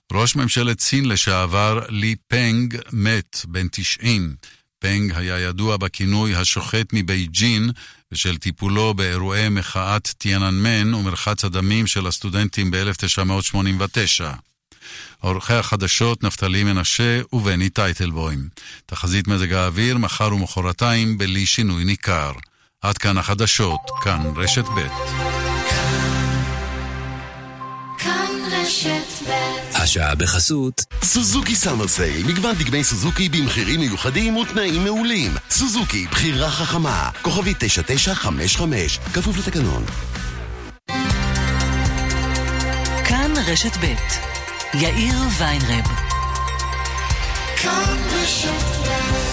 ראש ממשלת סין לשעבר לי פנג מת, בן 90. פנג היה ידוע בכינוי השוחט מבייג'ין, ושל טיפולו באירועי מחאת טיאננמן ומרחץ הדמים של הסטודנטים ב-1989. עורכי החדשות נפתלי מנשה ובני טייטלבוים. תחזית מזג האוויר מחר ומחרתיים בלי שינוי ניכר. עד כאן החדשות, כאן רשת ב'. כאן רשת ב'. השעה בחסות סוזוקי סאמר סייל, מגוון דגמי סוזוקי במחירים מיוחדים ותנאים מעולים. סוזוקי, בחירה חכמה, כוכבי 9955, כפוף לתקנון. כאן רשת ב'. יאיר ויינרב. כאן רשת ב'.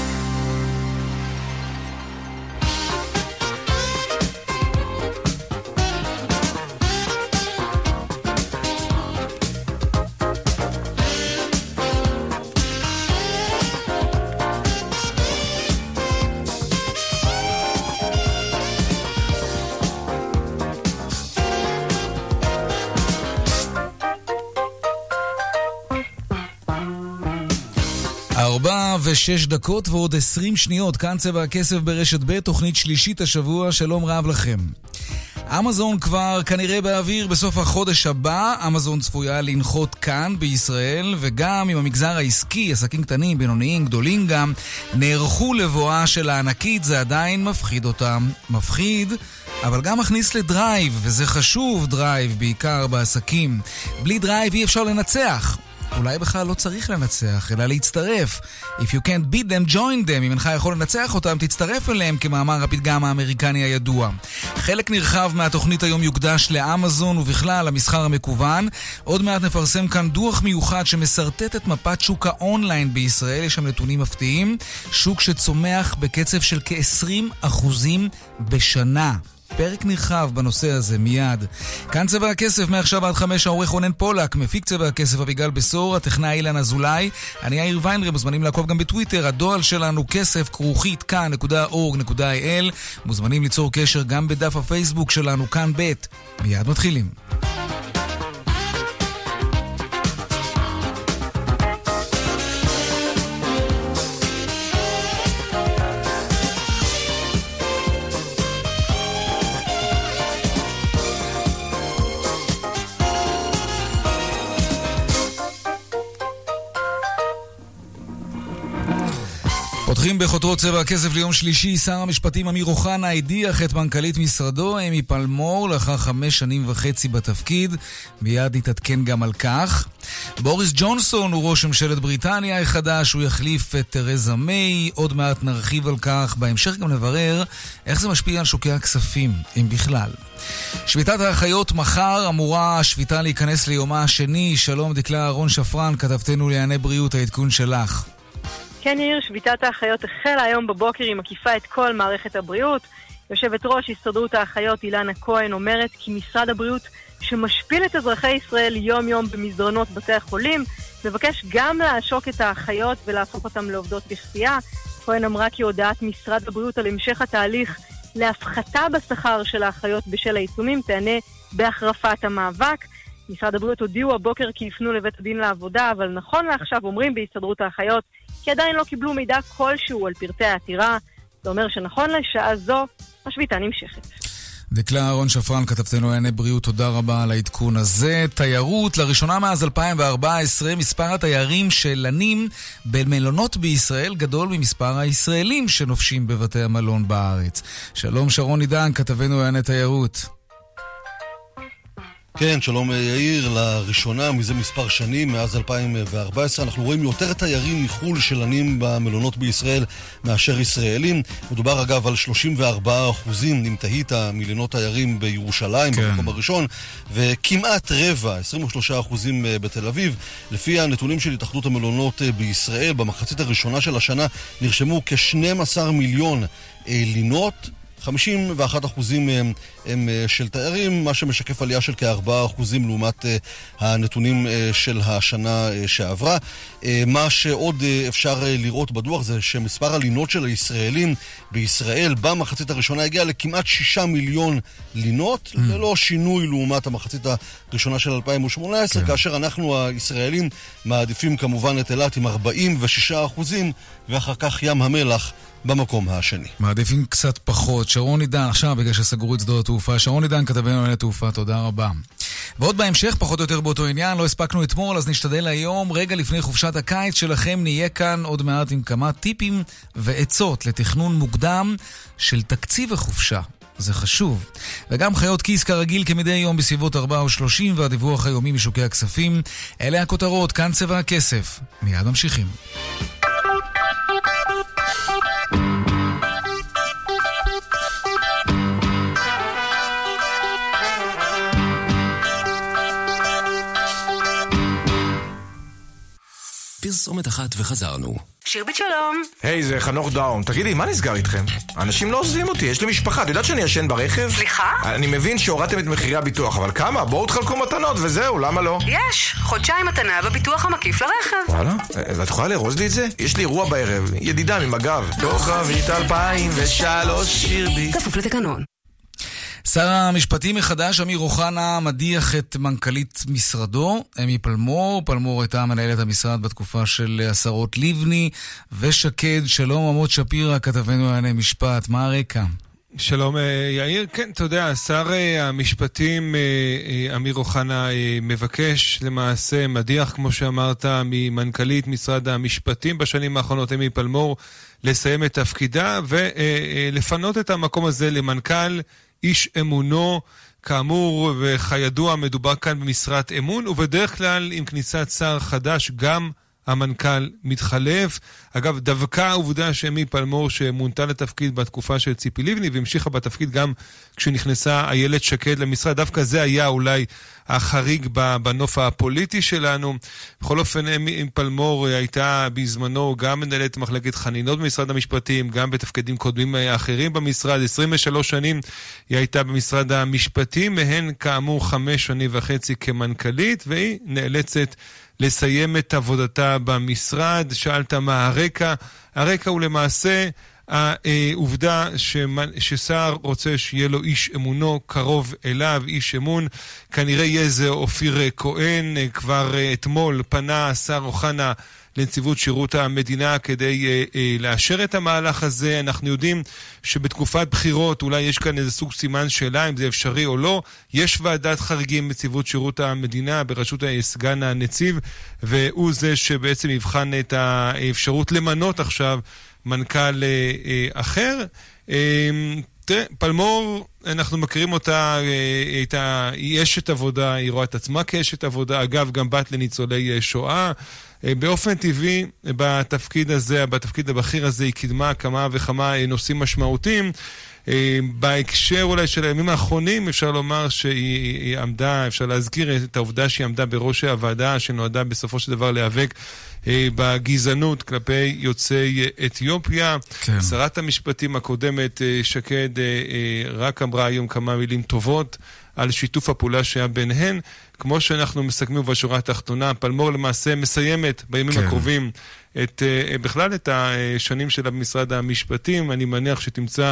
ארבע ושש דקות ועוד 20 שניות, כאן צבע הכסף ברשת ב', תוכנית שלישית השבוע, שלום רב לכם. אמזון כבר כנראה באוויר בסוף החודש הבא. אמזון צפויה לנחות כאן בישראל, וגם עם המגזר העסקי, עסקים קטנים, בינוניים, גדולים גם, נערכו לבואה של הענקית. זה עדיין מפחיד אותם. מפחיד, אבל גם מכניס לדרייב, וזה חשוב, דרייב, בעיקר בעסקים. בלי דרייב אי אפשר לנצח. אולי בכלל לא צריך לנצח, אלא להצטרף. If you can't beat them, join them. אם אינך יכול לנצח אותם, תצטרף אליהם, כמאמר הפתגם האמריקני הידוע. חלק נרחב מהתוכנית היום יוקדש לאמזון ובכלל למסחר המקוון. עוד מעט נפרסם כאן דוח מיוחד שמסרטט את מפת שוק האונליין בישראל. יש שם נתונים מפתיעים. שוק שצומח בקצב של כ-20% בשנה. פרק נרחב בנושא הזה מיד. כאן צבע הכסף, מעכשיו עד 5, העורך רונן פולק, מפיק צבע הכסף אביגל בסור, הטכנאי אילן אזולאי, אני יאיר ויינרב. מוזמנים לעקוב גם בטוויטר, הדואל שלנו כסף@כאן.org.il. מוזמנים ליצור קשר גם בדף הפייסבוק שלנו, כאן ב'. מיד מתחילים. פותחים בחותרות צבע הכסף ליום שלישי. שר המשפטים אמיר אוחנה הדיח את מנכ"לית משרדו אמי פלמור לאחר 5.5 שנים בתפקיד. מיד נתעדכן גם על כך. בוריס ג'ונסון הוא ראש ממשלת בריטניה החדש, הוא יחליף את תרזה מיי. עוד מעט נרחיב על כך. בהמשך גם נברר איך זה משפיע על שוקי הכספים, אם בכלל. שביתת האחיות מחר, אמורה השביתה להיכנס ליומה השני. שלום דקלה אהרון שפרן, כתבתנו לענייני בריאות, העדכון שלך. כן יאיר, שביתת האחיות החלה היום בבוקר, היא מקיפה את כל מערכת הבריאות. יושבת ראש הסתדרות האחיות אילנה כהן אומרת כי משרד הבריאות שמשפיל את אזרחי ישראל יום יום במסדרונות בתי החולים, מבקש גם לעשוק את האחיות ולהפוך אותם לעובדות בכפייה. כהן אמרה כי הודעת משרד הבריאות על המשך התהליך להפחתה בשכר של האחיות בשל העיצומים תענה בהחרפת המאבק. משרד הבריאות הודיעו הבוקר כי יפנו לבית הדין לעבודה, אבל נכון לעכשיו אומרים בהסתדרות האחיות כי עדיין לא קיבלו מידע כלשהו על פרטי העתירה. זה אומר שנכון לשעה זו, השביתה נמשכת. דקלה אהרון שפרן, כתבתנו לענייני בריאות, תודה רבה על העדכון הזה. תיירות, לראשונה מאז 2014, מספר התיירים שלנים במלונות בישראל גדול ממספר הישראלים שנופשים בבתי המלון בארץ. שלום שרון עידן, כתבנו לענייני תיירות. כן, שלום יאיר. לראשונה מזה מספר שנים, מאז 2014, אנחנו רואים יותר תיירים מחול שלנים במלונות בישראל מאשר ישראלים. מדובר אגב על 34% נמתהית מיליונות תיירים בירושלים, כן. במקום הראשון, וכמעט רבע, 23% בתל אביב. לפי הנתונים של התאחדות המלונות בישראל, במחצית הראשונה של השנה נרשמו כ-12 מיליון לינות, 51% הם של תיירים, מה שמשקף עלייה של כ4% לעומת הנתונים של השנה שעברה. מה שעוד אפשר לראות בדוח זה שמספר הלינות של הישראלים בישראל במחצית הראשונה הגיע לכמעט 6 מיליון לינות, ללא שינוי לעומת המחצית הראשונה של 2018, כאשר אנחנו הישראלים מעדיפים כמובן את אילת עם 46%, ואחר כך ים המלח במקום השני. מעדיפים קצת פחות. שרון עידן, עכשיו בגלל שסגרו את שדות התעופה, שרון עידן כתבנו על התעופה, תודה רבה. ועוד בהמשך, פחות או יותר באותו עניין, לא הספקנו אתמול, אז נשתדל היום, רגע לפני חופשת הקיץ שלכם, נהיה כאן עוד מעט עם כמה טיפים ועצות לתכנון מוקדם של תקציב החופשה. זה חשוב. וגם חיות כיס כרגיל כמדי יום בסביבות 4:30 והדיווח היומי משוקי הכספים. אלה הכותרות, כאן צבע הכסף. מיד ממשיכים. פרסומת אחת וחזרנו. שירבית שלום. היי, זה חנוך דאון. תגידי, מה נסגר איתכם? אנשים לא עוזבים אותי, יש לי משפחה. את יודעת שאני ישן ברכב? סליחה? אני מבין שהורדתם את מחירי הביטוח, אבל כמה? בואו תחלקו מתנות וזהו, למה לא? יש, חודשיים מתנה בביטוח המקיף לרכב. וואלה? ואת יכולה לרוז לי את זה? יש לי אירוע בערב, ידידה ממג"ב. כוכבית 2003 שירבית. כפוף לתקנון. שר המשפטים החדש, אמיר אוחנה, מדיח את מנכ"לית משרדו, אמי פלמור. פלמור הייתה מנהלת המשרד בתקופה של השרות לבני ושקד. שלום, עמוד שפירא, כתבנו לענייני משפט. מה הרקע? שלום יאיר, כן, אתה יודע, שר המשפטים אמיר אוחנה מבקש למעשה מדיח, כמו שאמרת, ממנכ"לית משרד המשפטים בשנים האחרונות, אמי פלמור, לסיים את תפקידה ולפנות את המקום הזה למנכ"ל איש אמונו. כאמור וכידוע מדובר כאן במשרת אמון, ובדרך כלל עם כניסת שר חדש גם המנכ"ל מתחלף. אגב, דווקא העובדה שאמי פלמור שמונתה לתפקיד בתקופה של ציפי לבני והמשיכה בתפקיד גם כשנכנסה איילת שקד למשרד, דווקא זה היה אולי החריג בנוף הפוליטי שלנו. בכל אופן, אמי פלמור הייתה בזמנו גם מנהלת מחלקת חנינות במשרד המשפטים, גם בתפקידים קודמים אחרים במשרד. 23 שנים היא הייתה במשרד המשפטים, מהן כאמור 5.5 שנים כמנכ"לית, והיא נאלצת לסיים את עבודתה במשרד. שאלת מה הרקע? הרקע הוא למעשה העובדה ששר רוצה שיהיה לו איש אמונו קרוב אליו, איש אמון. כנראה יהיה זה אופיר כהן. כבר אתמול פנה שר אוחנה לנציבות שירות המדינה כדי לאשר את המהלך הזה. אנחנו יודעים שבתקופת בחירות אולי יש כאן איזה סוג סימן שאלה אם זה אפשרי או לא. יש ועדת חריגים בנציבות שירות המדינה בראשות סגן הנציב, והוא זה שבעצם יבחן את האפשרות למנות עכשיו מנכ"ל אחר. תראה, פלמור, אנחנו מכירים אותה, היא אשת עבודה, היא רואה את עצמה כאשת עבודה, אגב גם בת לניצולי שואה. באופן טבעי בתפקיד הזה, בתפקיד הבכיר הזה, היא קידמה כמה וכמה נושאים משמעותיים. בהקשר אולי של הימים האחרונים אפשר לומר שהיא עמדה, אפשר להזכיר את העובדה שהיא עמדה בראש הוועדה שנועדה בסופו של דבר להיאבק בגזענות כלפי יוצאי אתיופיה. כן. שרת המשפטים הקודמת שקד רק אמרה היום כמה מילים טובות על שיתוף הפעולה שהיה ביניהן. כמו שאנחנו מסכמים בשורה התחתונה, פלמור למעשה מסיימת בימים הקרובים את, בכלל את השנים שלה במשרד המשפטים. אני מניח שתמצא,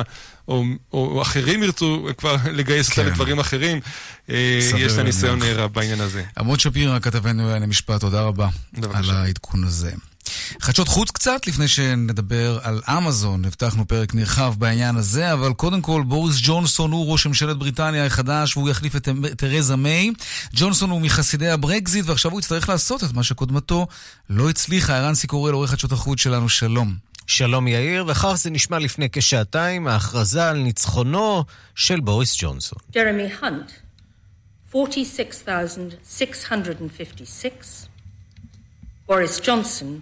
או אחרים ירצו כבר לגייס אותה לדברים אחרים. יש לה ניסיון רב בעניין הזה. עמוד שפירא, כתבנו לענייני משפט, תודה רבה על העדכון הזה. חדשות חוץ קצת לפני שנדבר על אמזון. הבטחנו פרק נרחב בעניין הזה, אבל קודם כל בוריס ג'ונסון הוא ראש ממשלת בריטניה החדש, והוא יחליף את תרזה מיי. ג'ונסון הוא מחסידי הברקזיט, ועכשיו הוא יצטרך לעשות את מה שקודמתו לא הצליחה. ערן סיקורל, עורך חדשות החוץ שלנו, שלום. שלום יאיר, וכך זה נשמע לפני כשעתיים, ההכרזה על ניצחונו של בוריס ג'ונסון. ג'רמי הנט, 46,656. Boris Johnson,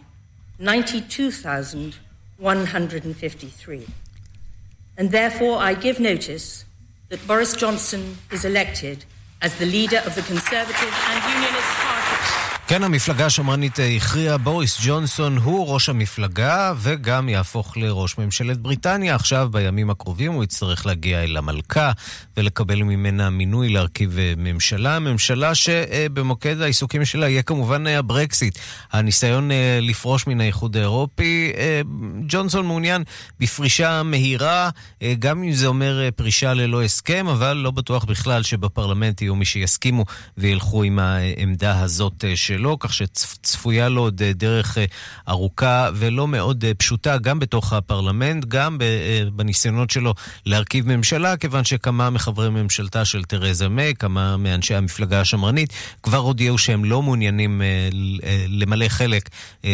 92,153. And therefore I give notice that Boris Johnson is elected as the leader of the Conservative and Unionist Party. כן, המפלגה השמרנית הכריעה, בוריס ג'ונסון הוא ראש המפלגה וגם יהפוך לראש ממשלת בריטניה. עכשיו בימים הקרובים הוא יצטרך להגיע אל המלכה ולקבל ממנה מינוי להרכיב ממשלה. ממשלה שבמוקד העיסוקים שלה יהיה כמובן הברקסיט, הניסיון לפרוש מן האיחוד האירופי. ג'ונסון מעוניין בפרישה מהירה, גם אם זה אומר פרישה ללא הסכם, אבל לא בטוח בכלל שבפרלמנט יהיו מי שיסכימו וילכו עם העמדה הזאת שלו, כך שצפויה לו עוד דרך ארוכה ולא מאוד פשוטה, גם בתוך הפרלמנט, גם בניסיונות שלו להרכיב ממשלה, כיוון שכמה מחברי ממשלתה של תרזה מיי, כמה מאנשי המפלגה השמרנית, כבר הודיעו שהם לא מעוניינים למלא חלק,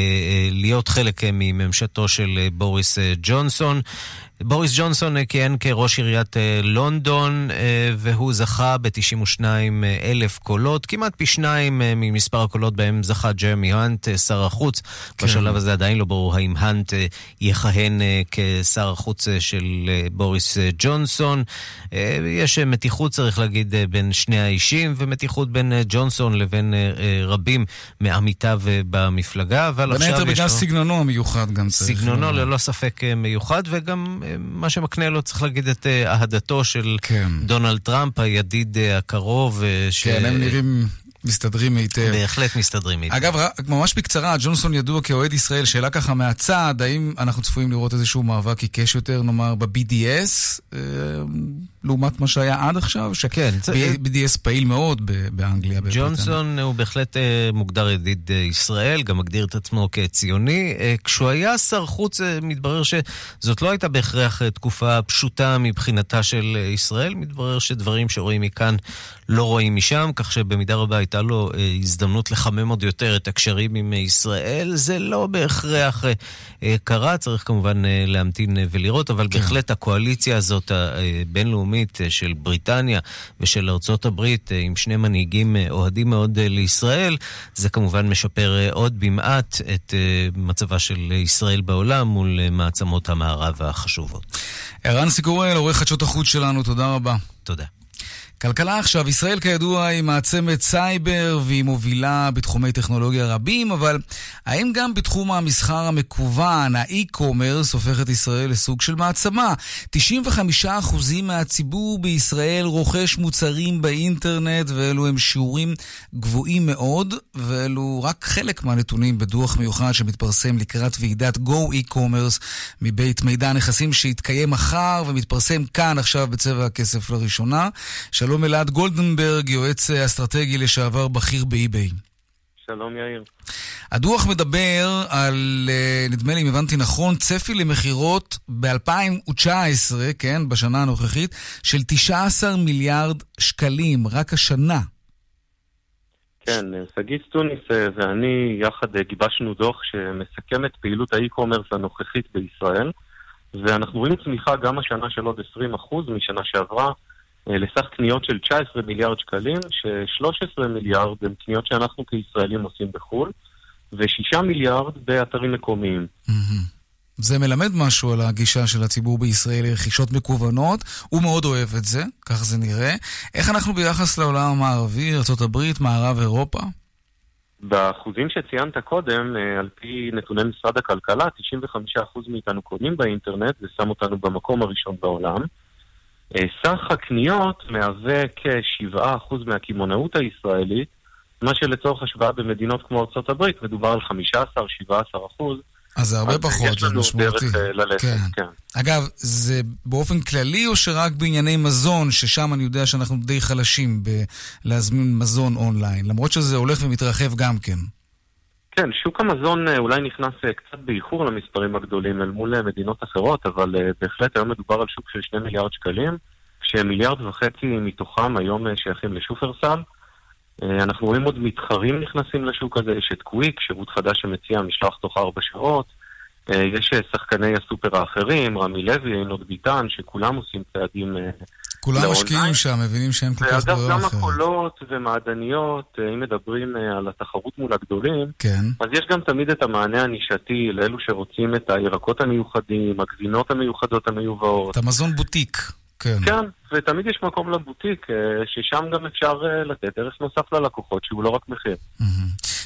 להיות חלק מממשלתו של בוריס ג'ונסון. בוריס ג'ונסון כיהן כראש עיריית לונדון, והוא זכה ב-92,000 קולות, כמעט פי 2 ממספר הקולות בהם זכה ג'רמי האנט, שר החוץ. בשלב הזה עדיין לא ברור האם האנט יכהן כשר החוץ של בוריס ג'ונסון. יש מתיחות, צריך להגיד, בין שני האישים, ומתיחות בין ג'ונסון לבין רבים מעמיתיו במפלגה. בין היתר בגלל סגנונו המיוחד גם. סגנונו ללא ספק מיוחד, וגם מה שמקנה לו, צריך להגיד, את אהדתו של דונלד טראמפ, הידיד הקרוב. כן, הם נראים מסתדרים היטב. בהחלט מסתדרים היטב. אגב, ממש בקצרה, ג'ונסון ידוע כאוהד ישראל, שאלה ככה מהצד, האם אנחנו צפויים לראות איזשהו מאבק עיקש יותר, נאמר, ב-BDS, לעומת מה שהיה עד עכשיו? כן. BDS פעיל מאוד באנגליה. ג'ונסון הוא בהחלט מוגדר ידיד ישראל, גם מגדיר את עצמו כציוני. כשהוא היה שר חוץ, מתברר שזאת לא הייתה בהכרח תקופה פשוטה מבחינתה של ישראל, מתברר שדברים שרואים מכאן לא רואים משם, כך שבמידה רבה הייתה לו הזדמנות לחמם עוד יותר את הקשרים עם ישראל. זה לא בהכרח קרה, צריך כמובן להמתין ולראות, אבל בהחלט הקואליציה הזאת הבינלאומית של בריטניה ושל ארצות הברית, עם שני מנהיגים אוהדים מאוד לישראל, זה כמובן משפר עוד במעט את מצבה של ישראל בעולם מול מעצמות המערב החשובות. ערן סיקורל, עורך חדשות החוץ שלנו, תודה רבה. תודה. כלכלה עכשיו, ישראל כידוע היא מעצמת סייבר והיא מובילה בתחומי טכנולוגיה רבים, אבל האם גם בתחום המסחר המקוון, האי-קומרס, הופך את ישראל לסוג של מעצמה? 95% מהציבור בישראל רוכש מוצרים באינטרנט, ואלו הם שיעורים גבוהים מאוד, ואלו רק חלק מהנתונים בדוח מיוחד שמתפרסם לקראת ועידת Go e-commerce מבית מידע נכסים שהתקיים מחר ומתפרסם כאן עכשיו בצבע הכסף לראשונה. שלום אלעד גולדנברג, יועץ אסטרטגי לשעבר בכיר באי-ביי. שלום יאיר. הדוח מדבר על, נדמה לי אם הבנתי נכון, צפי למחירות ב-2019, כן, בשנה הנוכחית, של 19 מיליארד שקלים, רק השנה. כן, סגית טוניס ואני יחד גיבשנו דוח שמסכם את פעילות האי-קומרס הנוכחית בישראל, ואנחנו רואים צמיחה גם השנה של עוד 20% משנה שעברה, לסך קניות של 19 מיליארד שקלים, ש-13 מיליארד הם קניות שאנחנו כישראלים עושים בחול, ו6 מיליארד באתרים מקומיים. זה מלמד משהו על הגישה של הציבור בישראל לרכישות מקוונות, הוא מאוד אוהב את זה, כך זה נראה. איך אנחנו ביחס לעולם המערבי, ארצות הברית, מערב אירופה? באחוזים שציינת קודם, על פי נתוני משרד הכלכלה, 95% מאיתנו קונים באינטרנט, זה שם אותנו במקום הראשון בעולם. סך הקניות מהווה כ7% מהקימונאות הישראלית, מה שלצורך השוואה במדינות כמו ארצות הברית מדובר על 15-17%. אז זה הרבה פחות, זה משמעותי. כן. כן. אגב, זה באופן כללי או שרק בענייני מזון, ששם אני יודע שאנחנו די חלשים להזמין מזון אונליין, למרות שזה הולך ומתרחב גם כן? כן, שוק המזון אולי נכנס קצת באיחור למספרים הגדולים אל מול מדינות אחרות, אבל בהחלט היום מדובר על שוק של 2 מיליארד שקלים, ש1.5 מיליארד מתוכם היום שייכים לשופרסל. אנחנו רואים עוד מתחרים נכנסים לשוק הזה, יש את קוויק, שירות חדש שמציע משלוח תוך 4 שעות, יש שחקני הסופר האחרים, רמי לוי, עינות ביטן, שכולם עושים צעדים כולם משקיעים שם, מבינים שהם כל כך ברירה אחרת. גם הקולות ומעדניות, אם מדברים על התחרות מול הגדולים, כן. אז יש גם תמיד את המענה הנישתי לאלו שרוצים את הירקות המיוחדים, הגבינות המיוחדות המיובאות. את המזון בוטיק. כן. כן, ותמיד יש מקום לבוטיק, ששם גם אפשר לתת ערך נוסף ללקוחות, שהוא לא רק מחיר.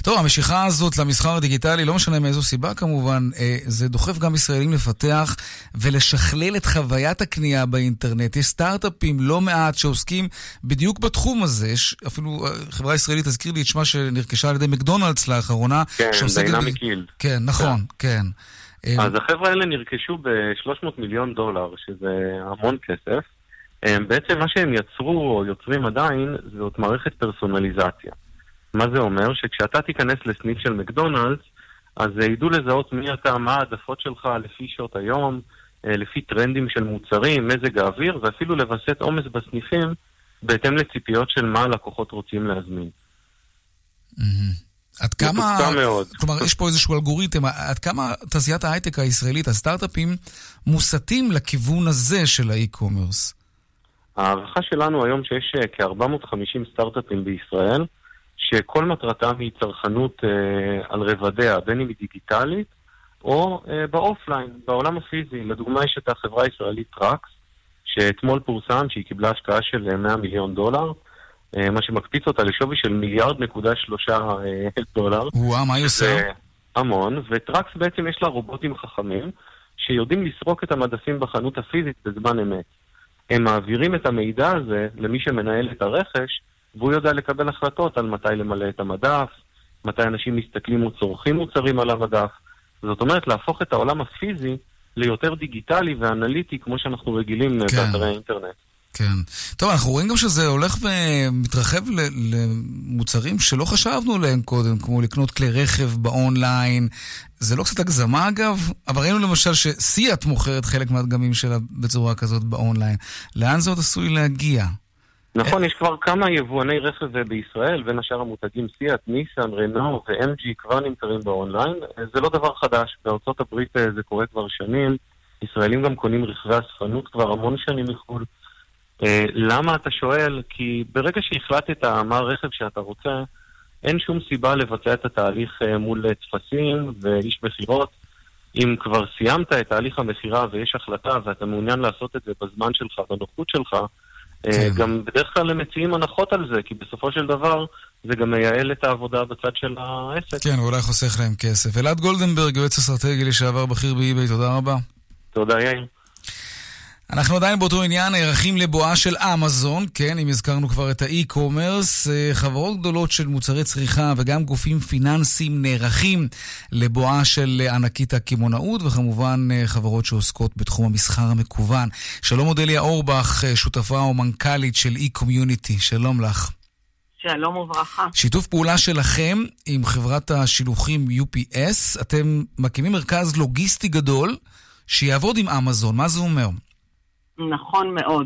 טוב, המשיכה הזאת למסחר הדיגיטלי, לא משנה מאיזו סיבה כמובן, זה דוחף גם ישראלים לפתח ולשכלל את חוויית הקנייה באינטרנט. יש סטארט-אפים לא מעט שעוסקים בדיוק בתחום הזה. יש אפילו חברה ישראלית, תזכיר לי את שמה שנרכשה על ידי מקדונלדס לאחרונה. כן, דיינמיק יילד. כן, נכון, כן. אז החבר'ה האלה נרכשו $300 מיליון, שזה המון כסף. בעצם מה שהם יצרו או יוצרים עדיין, זאת מערכת פרסונליזציה. מה זה אומר? שכשאתה תיכנס לסניף של מקדונלדס, אז ידעו לזהות מי אתה, מה העדפות שלך לפי שעות היום, לפי טרנדים של מוצרים, מזג האוויר, ואפילו לבסט עומס בסניפים, בהתאם לציפיות של מה הלקוחות רוצים להזמין. עד כמה, כלומר, יש פה איזשהו אלגוריתם, עד כמה תעשיית ההייטק הישראלית, הסטארט-אפים, מוסתים לכיוון הזה של האי-קומרס? הערכה שלנו היום שיש כ-450 סטארט-אפים בישראל, שכל מטרתם היא צרכנות על רבדיה, בין אם היא דיגיטלית, או באופליין, בעולם הפיזי. לדוגמה, יש את החברה הישראלית טראקס, שאתמול פורסם שהיא קיבלה השקעה של $100 מיליון, מה שמקפיץ אותה לשווי של $1.3 מיליארד. וואו, מה היא עושה? זה המון, וטראקס בעצם יש לה רובוטים חכמים, שיודעים לסרוק את המדפים בחנות הפיזית בזמן אמת. הם מעבירים את המידע הזה למי שמנהל את הרכש, והוא יודע לקבל החלטות על מתי למלא את המדף, מתי אנשים מסתכלים וצורכים מוצרים על המדף. זאת אומרת, להפוך את העולם הפיזי ליותר דיגיטלי ואנליטי, כמו שאנחנו רגילים באתרי האינטרנט. כן. טוב, אנחנו רואים גם שזה הולך ומתרחב למוצרים שלא חשבנו עליהם קודם, כמו לקנות כלי רכב באונליין. זה לא קצת הגזמה אגב, אבל ראינו למשל שסיאט מוכרת חלק מהדגמים שלה בצורה כזאת באונליין. לאן זה עוד עשוי להגיע? נכון, יש כבר כמה יבואני רכב בישראל, בין השאר המותגים סיאט, ניסן, רנו ו-MG כבר נמכרים באונליין. זה לא דבר חדש, בארצות הברית זה קורה כבר שנים. ישראלים גם קונים רכבי אספנות כבר המון שנים מחול. למה אתה שואל? כי ברגע שהחלטת מה הרכב שאתה רוצה, אין שום סיבה לבצע את התהליך מול תפסים ואיש מחירות. אם כבר סיימת את תהליך המחירה ויש החלטה ואתה מעוניין לעשות את זה בזמן שלך, בנוחות שלך, גם בדרך כלל הם מציעים הנחות על זה, כי בסופו של דבר זה גם מייעל את העבודה בצד של העסק. כן, ואולי חוסך להם כסף. אלעד גולדנברג, יועץ אסטרטגי לשעבר בכיר באי-ביי, תודה רבה. תודה, יאיר. אנחנו עדיין באותו עניין, נערכים לבואה של אמזון, כן, אם הזכרנו כבר את האי-קומרס, חברות גדולות של מוצרי צריכה וגם גופים פיננסיים נערכים לבואה של ענקית הקמעונאות, וכמובן חברות שעוסקות בתחום המסחר המקוון. שלום אודליה אורבך, שותפה או מנכ"לית של אי-קומיוניטי, שלום לך. שלום וברכה. שיתוף פעולה שלכם עם חברת השילוחים UPS, אתם מקימים מרכז לוגיסטי גדול שיעבוד עם אמזון, מה זה אומר? נכון מאוד.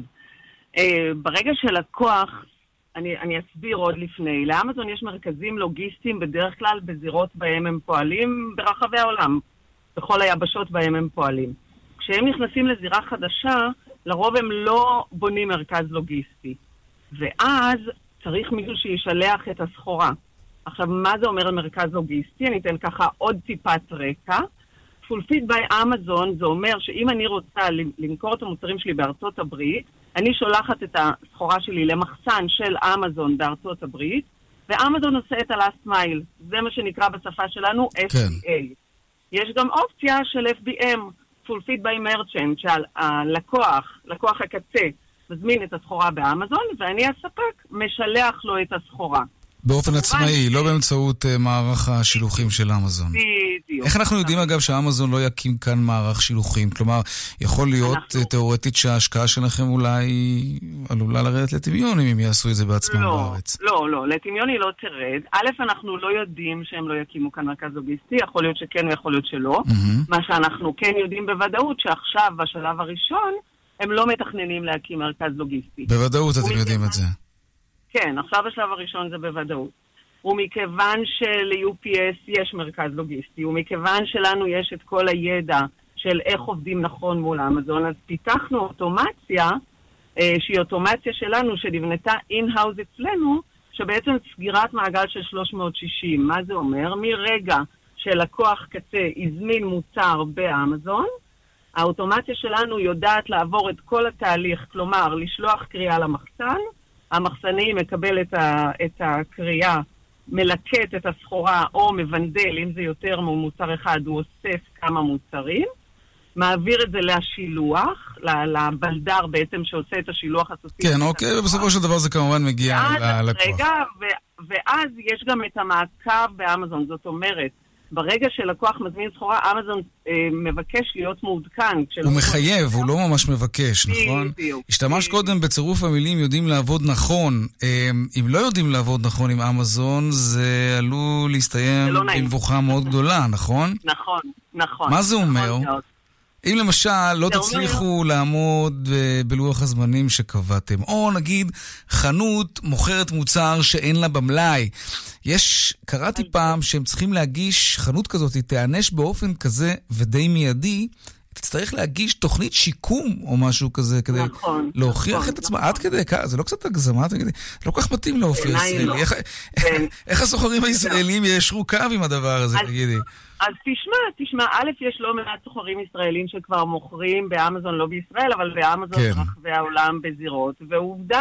ברגע שלקוח, אני אסביר עוד לפני, לאמזון יש מרכזים לוגיסטיים בדרך כלל בזירות בהם הם פועלים ברחבי העולם, בכל היבשות בהם הם פועלים. כשהם נכנסים לזירה חדשה, לרוב הם לא בונים מרכז לוגיסטי. ואז צריך מישהו שישלח את הסחורה. עכשיו, מה זה אומר מרכז לוגיסטי? אני אתן ככה עוד טיפת רקע. Fulfilled by Amazon זה אומר שאם אני רוצה למכור את המוצרים שלי בארצות הברית, אני שולחת את הסחורה שלי למחסן של אמזון בארצות הברית, ואמזון עושה את ה-last mile. זה מה שנקרא בשפה שלנו FBA. יש גם אופציה של FBM, Fulfilled by Merchant, שהלקוח, לקוח הקצה, מזמין את הסחורה באמזון, ואני אספק, משלח לו את הסחורה. באופן עצמאי, לא באמצעות מערך השילוחים של אמזון. בדיוק. איך אנחנו יודעים אגב שאמזון לא יקים כאן מערך שילוחים? כלומר, יכול להיות תיאורטית שההשקעה שלכם אולי עלולה לרדת לטמיון אם הם יעשו את זה בעצמם בארץ. לא, לטמיון היא לא תרד. א', אנחנו לא יודעים שהם לא יקימו כאן מרכז לוגיסטי, יכול להיות שכן ויכול להיות שלא. מה שאנחנו כן יודעים בוודאות, שעכשיו בשלב הראשון, הם לא מתכננים להקים מרכז לוגיסטי. בוודאות אתם יודעים את זה. כן, עכשיו בשלב הראשון זה בוודאות. ומכיוון של-UPS יש מרכז לוגיסטי, ומכיוון שלנו יש את כל הידע של איך עובדים נכון מול אמזון, אז פיתחנו אוטומציה, שהיא אוטומציה שלנו, שנבנתה אין-האוז אצלנו, שבעצם סגירת מעגל של 360. מה זה אומר? מרגע שלקוח קצה הזמין מוצר באמזון, האוטומציה שלנו יודעת לעבור את כל התהליך, כלומר, לשלוח קריאה למחסן, המחסני מקבל את הקריאה מלקט את הסחורה או מבנדל, אם זה יותר ממוצר אחד, הוא אוסף כמה מוצרים, מעביר את זה לשילוח, לבלדר בעצם שעושה את השילוח הסופי. כן, אוקיי, ובסופו של דבר זה כמובן מגיע ללקוח. רגע, ואז יש גם את המעקב באמזון, זאת אומרת, ברגע שלקוח מזמין סחורה, אמזון מבקש להיות מעודכן. הוא מחייב, הוא לא ממש מבקש, נכון? השתמש קודם בצירוף המילים יודעים לעבוד נכון. אם לא יודעים לעבוד נכון עם אמזון, זה עלול להסתיים במבוכה מאוד גדולה, נכון? נכון. מה זה אומר? אם למשל לא תצליחו לעמוד בלוח הזמנים שקבעתם, או נגיד חנות מוכרת מוצר שאין לה במלאי, קראתי פעם שהם צריכים להגיש, חנות כזאת תענש באופן כזה ודי מיידי, תצטרך להגיש תוכנית שיקום או משהו כזה כדי להוכיח את עצמה. עד כדי כך, זה לא קצת הגזמה, זה לא כל כך מתאים לאופי הישראלי. איך הסוחרים הישראלים ישרו קו עם הדבר הזה, תגידי? אז תשמע, א', יש לא מעט סוחרים ישראלים שכבר מוכרים באמזון, לא בישראל, אבל באמזון ברחבי העולם בזירות, ועובדה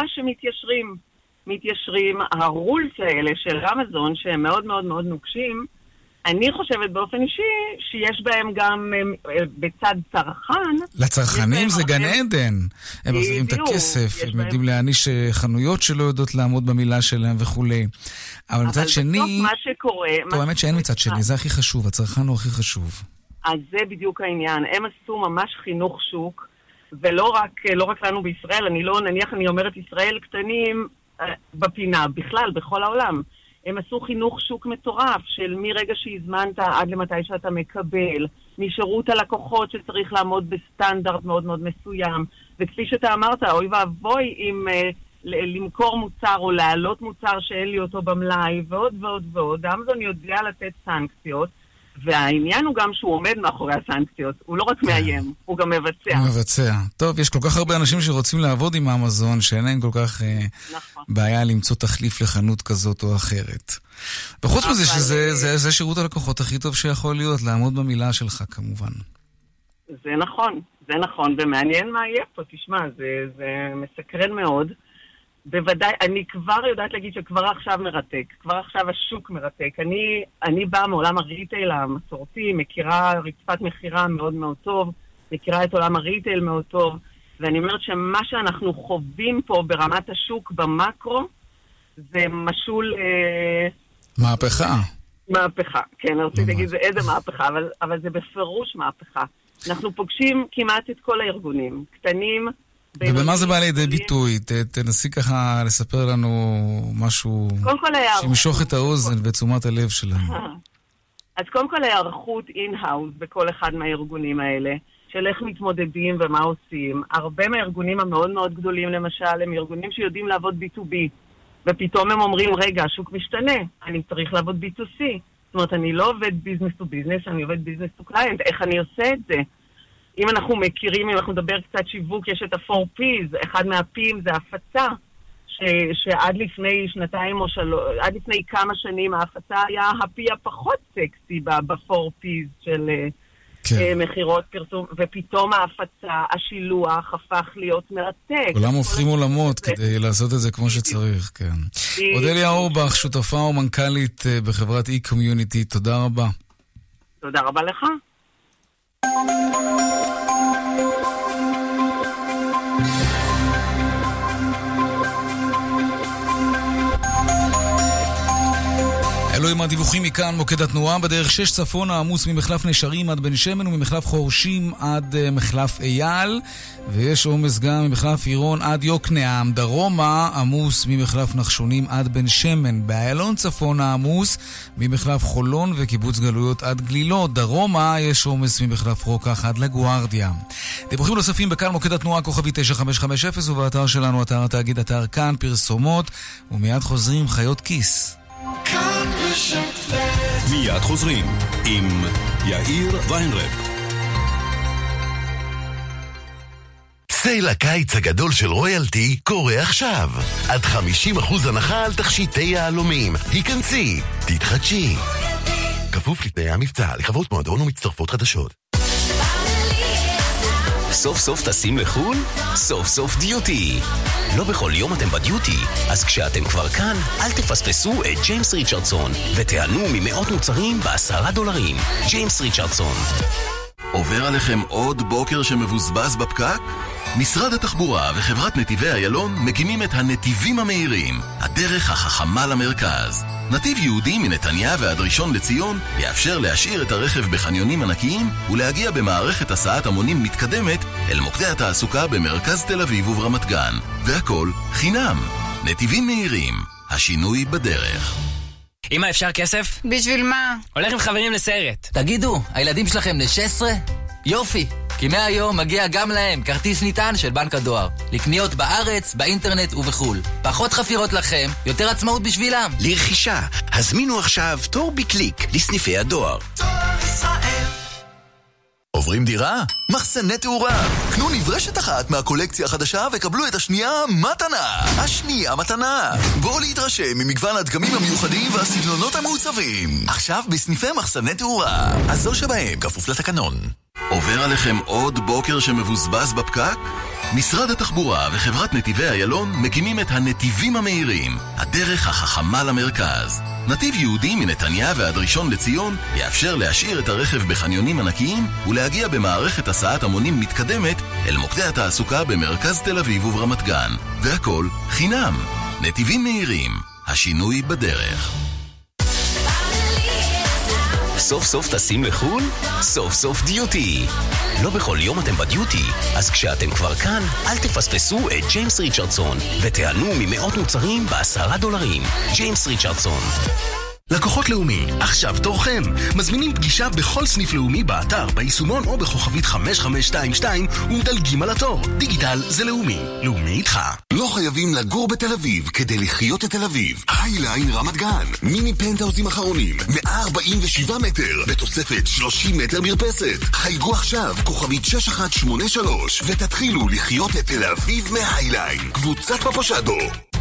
מתיישרים הרולס האלה של אמזון, שהם מאוד מאוד מאוד נוקשים, אני חושבת באופן אישי שיש בהם גם בצד צרכן. לצרכנים זה גן עדן. הם מחזירים את הכסף, הם יודעים להעניש חנויות שלא יודעות לעמוד במילה שלהם וכו'. אבל מצד שני... מה שקורה... טוב, האמת שאין מצד שני, זה הכי חשוב, הצרכן הוא הכי חשוב. אז זה בדיוק העניין. הם עשו ממש חינוך שוק, ולא רק לנו בישראל, אני אומרת ישראל קטנים בפינה, בכלל, בכל העולם. הם עשו חינוך שוק מטורף של מרגע שהזמנת עד למתי שאתה מקבל, משירות הלקוחות שצריך לעמוד בסטנדרט מאוד מאוד מסוים, וכפי שאתה אמרת, אוי ואבוי אם למכור מוצר או להעלות מוצר שאין לי אותו במלאי, ועוד ועוד ועוד. אמזון יודע לתת סנקציות, והעניין הוא גם שהוא עומד מאחורי הסנקציות. הוא לא רק מאיים, הוא גם מבצע. הוא מבצע. טוב, יש כל כך הרבה אנשים שרוצים לעבוד עם אמזון, שאין להם כל כך בעיה למצוא תחליף לחנות כזאת או אחרת. וחוץ מזה שזה שירות הלקוחות הכי טוב שיכול להיות, לעמוד במילה שלך כמובן. זה נכון, ומעניין מה יהיה פה. תשמע, זה מסקרן מאוד. בוודאי, אני כבר יודעת להגיד שכבר עכשיו מרתק, כבר עכשיו השוק מרתק. אני באה מעולם הריטייל המסורתי, מכירה רצפת מחירה מאוד מאוד טוב, מכירה את עולם הריטייל מאוד טוב, ואני אומרת שמה שאנחנו חווים פה ברמת השוק במקרו, זה משול... מהפכה, כן, רציתי להגיד זה איזה מהפכה, אבל זה בפירוש מהפכה. אנחנו פוגשים כמעט את כל הארגונים, קטנים, ובמה זה בא לידי ביטוי? תנסי ככה לספר לנו משהו שמשוך את האוזן ותשומת הלב שלנו. אז קודם כל הערכות אין-האוס בכל אחד מהארגונים האלה, של איך מתמודדים ומה עושים. הרבה מהארגונים המאוד מאוד גדולים למשל, הם ארגונים שיודעים לעבוד B2B, ופתאום הם אומרים, רגע, השוק משתנה, אני צריך לעבוד B2C. זאת אומרת, אני לא עובד ביזנס טו ביזנס, אני עובד ביזנס טו קליינט, איך אני עושה את זה? אם אנחנו מכירים, אם אנחנו נדבר קצת שיווק, יש את ה-4Ps, אחד מה-P'ים זה הפצה, שעד לפני שנתיים או עד לפני כמה שנים ההפצה היה ה-P הפחות סקסי ב-4Ps של מחירות פרסום, ופתאום ההפצה, השילוח הפך להיות מרתק. כולם הופכים עולמות כדי לעשות את זה כמו שצריך, כן. אודליה אורבך, שותפה ומנכ"לית בחברת E-Community, תודה רבה. תודה רבה לך. אלו עם הדיווחים מכאן מוקד התנועה. בדרך 6 צפונה עמוס ממחלף נשרים עד בן שמן וממחלף חורשים עד מחלף אייל, ויש עומס גם ממחלף עירון עד יוקנעם. דרומה עמוס ממחלף נחשונים עד בן שמן. באיילון צפונה עמוס ממחלף חולון וקיבוץ גלויות עד גלילות. דרומה יש עומס ממחלף רוקח עד לגוארדיה. דיווחים נוספים בכאן מוקד התנועה כוכבי 9550 ובאתר שלנו, אתר התאגיד, אתר כאן, פרסומות, ומיד חוזרים חיות כיס. מיד חוזרים עם יאיר ויינרב. סייל הקיץ הגדול של רויאלטי קורה עכשיו. עד 50% הנחה על תכשיטי יהלומים. היכנסי, תתחדשי. כפוף לתנאי המבצע, לחברות מועדון ומצטרפות חדשות. סוף סוף טסים לחול? סוף סוף דיוטי. לא בכל יום אתם בדיוטי, אז כשאתם כבר כאן, אל תפספסו את ג'יימס ריצ'רדסון, ותיהנו ממאות מוצרים $10. ג'יימס ריצ'רדסון. עובר עליכם עוד בוקר שמבוזבז בפקק? משרד התחבורה וחברת נתיבי איילון מקימים את הנתיבים המהירים, הדרך החכמה למרכז. נתיב יהודי מנתניה ועד ראשון לציון יאפשר להשאיר את הרכב בחניונים ענקיים ולהגיע במערכת הסעת המונים מתקדמת אל מוקדי התעסוקה במרכז תל אביב וברמת גן. והכל חינם. נתיבים מהירים, השינוי בדרך. אמא, אפשר כסף? בשביל מה? הולך עם חברים לסרט. תגידו, הילדים שלכם בני 16? יופי, כי מהיום מגיע גם להם כרטיס ניתן של בנק הדואר. לקניות בארץ, באינטרנט ובחול. פחות חפירות לכם, יותר עצמאות בשבילם. לרכישה, הזמינו עכשיו תור בקליק לסניפי הדואר. עוברים דירה? מחסני תאורה. קנו נברשת אחת מהקולקציה החדשה וקבלו את השנייה מתנה. השנייה מתנה. בואו להתרשם ממגוון הדגמים המיוחדים והסגנונות המעוצבים. עכשיו בסניפי מחסני תאורה. הזול שבהם כפוף לתקנון. עובר עליכם עוד בוקר שמבוזבז בפקק? משרד התחבורה וחברת נתיבי איילון מקימים את הנתיבים המהירים, הדרך החכמה למרכז. נתיב יהודי מנתניה ועד ראשון לציון יאפשר להשאיר את הרכב בחניונים ענקיים ולהגיע במערכת הסעת המונים מתקדמת אל מוקדי התעסוקה במרכז תל אביב וברמת גן. והכל חינם. נתיבים מהירים, השינוי בדרך. סוף סוף טסים לחול? סוף סוף דיוטי. לא בכל יום אתם בדיוטי, אז כשאתם כבר כאן, אל תפספסו את ג'יימס ריצ'רדסון, ותיהנו ממאות מוצרים $10. ג'יימס ריצ'רדסון. לקוחות לאומי, עכשיו תורכם. מזמינים פגישה בכל סניף לאומי באתר, ביישומון או בכוכבית 5522 ומדלגים על התור. דיגיטל זה לאומי. לאומי איתך. לא חייבים לגור בתל אביב כדי לחיות את תל אביב. הייליין רמת גן. מיני פנטהאוזים אחרונים. 147 מטר. בתוספת 30 מטר מרפסת. חייגו עכשיו, כוכבית 6183 ותתחילו לחיות את תל אביב מהייליין. קבוצת פפושדו.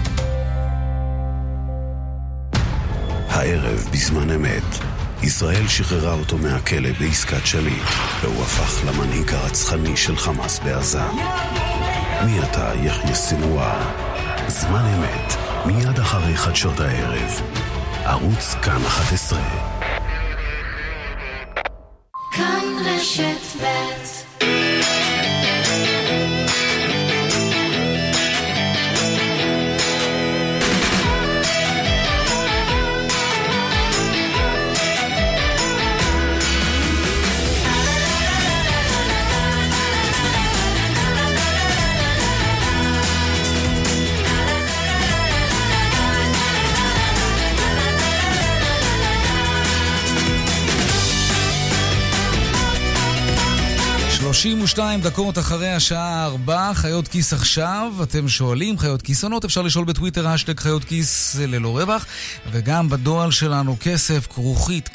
הערב בזמן אמת, ישראל שחררה אותו מהכלא בעסקת שליט, והוא הפך למנהיג הרצחני של חמאס בעזה. מי אתה, יחיא סינואר? זמן אמת, מיד אחרי חדשות הערב. ערוץ כאן 11. כאן רשת ב'. דקות אחרי השעה 4, חיות כיס עכשיו. אתם שואלים, חיות כיס עונות, אפשר לשאול בטוויטר השטג חיות כיס ללא רווח, וגם בדואל שלנו כסף כרוכית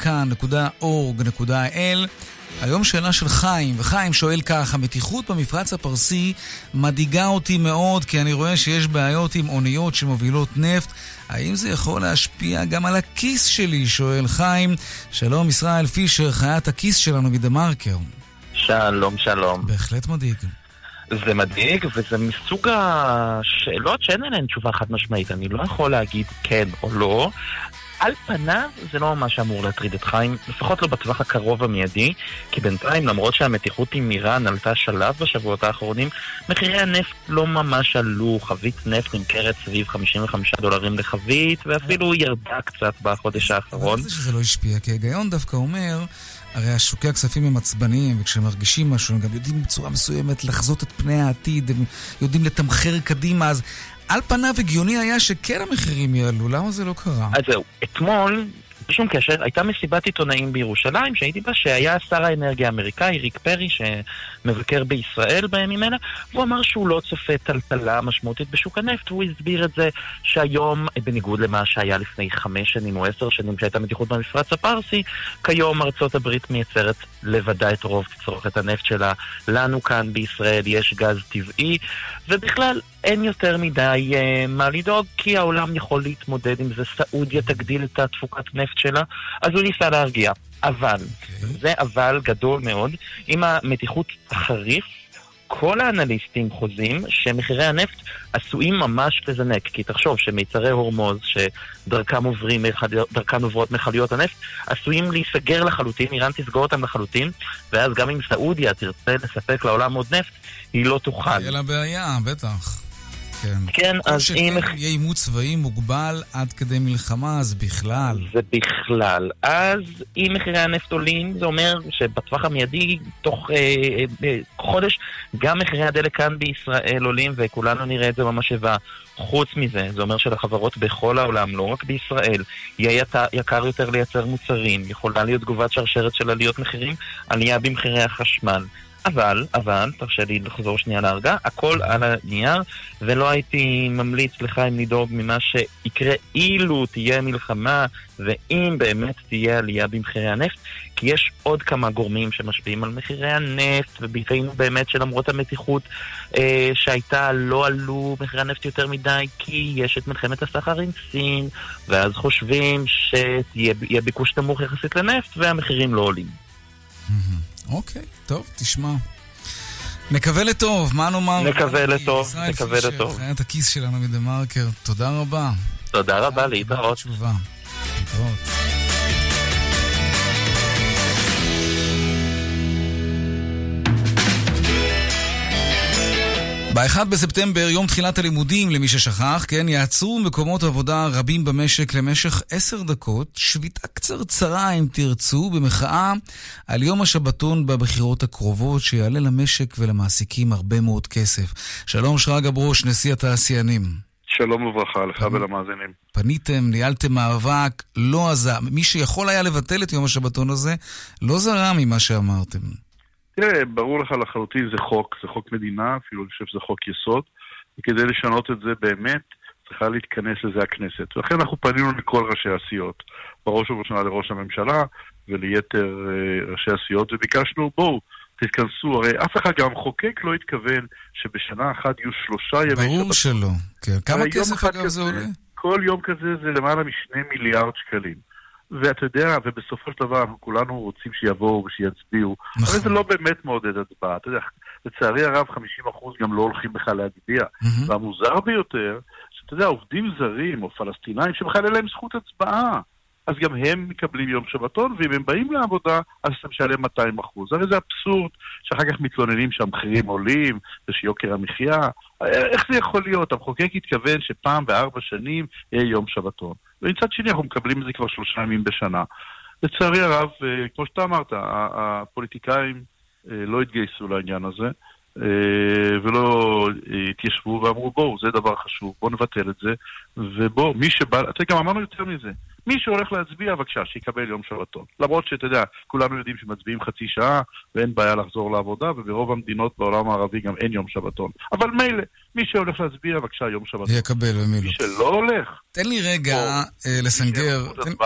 כאן.org.il. היום שאלה של חיים, וחיים שואל כך: המתיחות במפרץ הפרסי מדאיגה אותי מאוד, כי אני רואה שיש בעיות עם אוניות שמובילות נפט. האם זה יכול להשפיע גם על הכיס שלי? שואל חיים. שלום, ישראל פישר, חיית הכיס שלנו מדמרקר. שלום, שלום. בהחלט מדאיג. זה מדאיג, וזה מסוג השאלות שאין עליהן תשובה חד משמעית. אני לא יכול להגיד כן או לא. על פניו זה לא ממש אמור להטריד את חיים, לפחות לא בטווח הקרוב המיידי, כי בינתיים, למרות שהמתיחות עם איראן עלתה שלב בשבועות האחרונים, מחירי הנפט לא ממש עלו. חבית נפט נמכרת סביב $55 לחבית, ואפילו ירדה קצת בחודש האחרון. זה שזה לא השפיע, כי ההיגיון דווקא אומר, הרי השוקי הכספים הם עצבניים, וכשהם מרגישים משהו, הם גם יודעים בצורה מסוימת לחזות את פני העתיד, הם יודעים לתמחר קדימה, אז על פניו הגיוני היה שכן המחירים יעלו. למה זה לא קרה? אז זהו, אתמול, בשום קשר, הייתה מסיבת עיתונאים בירושלים, שהייתי בה, שהיה שר האנרגיה האמריקאי, ריק פרי, שמבקר בישראל בימים אלה, והוא אמר שהוא לא צופה טלטלה משמעותית בשוק הנפט, והוא הסביר את זה שהיום, בניגוד למה שהיה לפני 5 שנים או 10 שנים שהייתה מתיחות במפרץ הפרסי, כיום ארצות הברית מייצרת לבדה את רוב תצרוכת הנפט שלה. לנו כאן בישראל יש גז טבעי, ובכלל אין יותר מדי מה לדאוג, כי העולם יכול להתמודד עם זה. סעודיה תגדיל את התפוקת נפט שלה, אז הוא ניסה להרגיע. אבל, זה אבל גדול מאוד, אם המתיחות החריף, כל האנליסטים חוזים שמחירי הנפט עשויים ממש לזנק, כי תחשוב שמיצרי הורמוז שדרכם עוברות מכליות הנפט עשויים להיסגר לחלוטין, איראן תסגור אותם לחלוטין, ואז גם אם סעודיה תרצה לספק לעולם עוד נפט, היא לא תוכל. יהיה לה בעיה, בטח. כן, אז אם יהיה אימות צבאי מוגבל עד כדי מלחמה, אז בכלל. זה בכלל. אז אם מחירי הנפט עולים, זה אומר שבטווח המיידי, תוך חודש, גם מחירי הדלק כאן בישראל עולים, וכולנו נראה את זה במשאבה. חוץ מזה, זה אומר שלחברות בכל העולם, לא רק בישראל, יהיה יקר יותר לייצר מוצרים, יכולה להיות תגובת שרשרת של עליות מחירים, עלייה במחירי החשמל. אבל, תרשה לי לחזור שנייה להרגע, הכל על הנייר, ולא הייתי ממליץ לך אם לדאוג ממה שיקרה אילו תהיה מלחמה, ואם באמת תהיה עלייה במחירי הנפט, כי יש עוד כמה גורמים שמשפיעים על מחירי הנפט, ובראינו באמת שלמרות המתיחות שהייתה, לא עלו מחירי הנפט יותר מדי, כי יש את מלחמת הסחר עם סין, ואז חושבים שיהיה ביקוש נמוך יחסית לנפט, והמחירים לא עולים. אוקיי, טוב, תשמע. נקווה לטוב, מה נאמר? נקווה לטוב, נקווה לטוב. חיית הכיס שלנו מדמרקר, תודה רבה. תודה רבה, להתראות. תשובה. להתראות. ב-1 בספטמבר, יום תחילת הלימודים, למי ששכח, כן, יעצרו מקומות עבודה רבים במשק למשך 10 דקות, שביתה קצרצרה אם תרצו, במחאה על יום השבתון בבחירות הקרובות, שיעלה למשק ולמעסיקים הרבה מאוד כסף. שלום שרגא ברוש, נשיא התעשיינים. שלום וברכה, לך ולמאזינים. פניתם, ניהלתם מאבק, לא עזר. מי שיכול היה לבטל את יום השבתון הזה, לא זרם ממה שאמרתם. תראה, ברור לך לחלוטין, זה חוק מדינה, אפילו אני חושב שזה חוק יסוד, וכדי לשנות את זה באמת, צריכה להתכנס לזה הכנסת. ולכן אנחנו פנינו לכל ראשי הסיעות, בראש ובראשונה לראש הממשלה, וליתר ראשי הסיעות, וביקשנו, בואו, תתכנסו, הרי אף אחד גם חוקק לא התכוון שבשנה אחת יהיו 3 ימי שבתון. ברור שלא, כן. כמה כסף אגב זה עולה? כל יום כזה זה למעלה מ2 מיליארד שקלים. ואתה יודע, ובסופו של דבר כולנו רוצים שיבואו ושיצביעו, נכון. אבל זה לא באמת מעודד הצבעה. אתה יודע, לצערי הרב 50% גם לא הולכים בכלל להצביע. והמוזר ביותר, שאתה יודע, עובדים זרים או פלסטינאים שבכלל אין להם זכות הצבעה. אז גם הם מקבלים יום שבתון, ואם הם באים לעבודה, אז אתה משלם 200%. הרי זה אבסורד שאחר כך מתלוננים שהמחירים עולים, ושיוקר המחיה. איך זה יכול להיות? המחוקק התכוון שפעם ב4 שנים יהיה יום שבתון. ומצד שני אנחנו מקבלים את זה כבר 3 ימים בשנה. לצערי הרב, כמו שאתה אמרת, הפוליטיקאים לא התגייסו לעניין הזה, ולא התיישבו ואמרו בואו, זה דבר חשוב, בואו נבטל את זה, ובואו, מי שבא, אתה גם אמרנו יותר מזה, מי שהולך להצביע, בבקשה, שיקבל יום שבתון. למרות שאתה יודע, כולנו יודעים שמצביעים חצי שעה, ואין בעיה לחזור לעבודה, וברוב המדינות בעולם הערבי גם אין יום שבתון. אבל מילא, מי שהולך להצביע, בבקשה, יום שבתון. יקבל ומי לא. מי שלא הולך. תן לי רגע לסנגר.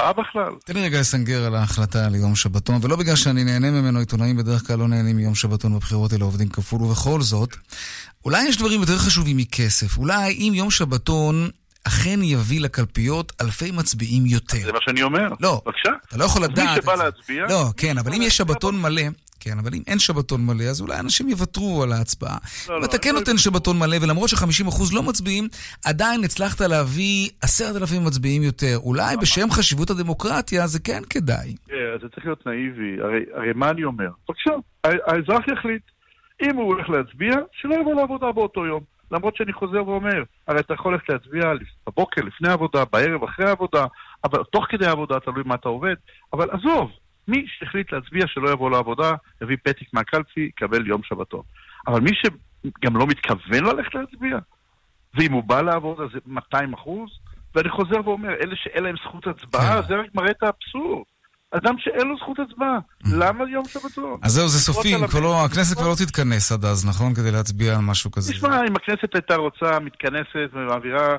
תן לי רגע לסנגר על ההחלטה על יום שבתון, ולא בגלל שאני נהנה ממנו, עיתונאים בדרך כלל לא נהנים מיום שבתון בבחירות, אלא עובדים כפול, ובכל זאת, אולי יש דברים יותר חשובים מכסף. אולי אם יום שבתון אכן יביא לקלפיות אלפי מצביעים יותר. זה מה שאני אומר. לא, בבקשה. אתה לא יכול לדעת. מי שבא להצביע. לא, כן, אבל אם יש שבתון מלא, כן, אבל אם אין שבתון מלא, אז אולי אנשים יוותרו על ההצבעה. ואתה כן נותן שבתון מלא, ולמרות ש50% לא מצביעים, עדיין הצלחת להביא 10,000 מצביעים יותר. אולי בשם חשיבות הדמוקרטיה זה כן כדאי. זה צריך להיות נאיבי. הרי מה אני אומר? בבקשה, האזרח יחליט. אם הוא הולך להצביע, שלא יבוא לעבודה באותו יום. למרות שאני חוזר ואומר, הרי אתה יכול ללכת להצביע בבוקר, לפני העבודה, בערב, אחרי העבודה, אבל תוך כדי העבודה, תלוי מה אתה עובד, אבל עזוב, מי שהחליט להצביע שלא יבוא לעבודה, יביא פתק מהקלפי, יקבל יום שבתון. אבל מי שגם לא מתכוון ללכת להצביע, ואם הוא בא לעבודה זה 200%, ואני חוזר ואומר, אלה שאין להם זכות הצבעה, זה רק מראה את האבסורד. אדם שאין לו זכות הצבעה, למה יום שבתון? אז זהו, זה סופי, הכנסת כבר לא תתכנס עד אז, נכון? כדי להצביע על משהו כזה. תשמע, אם הכנסת הייתה רוצה, מתכנסת ומעבירה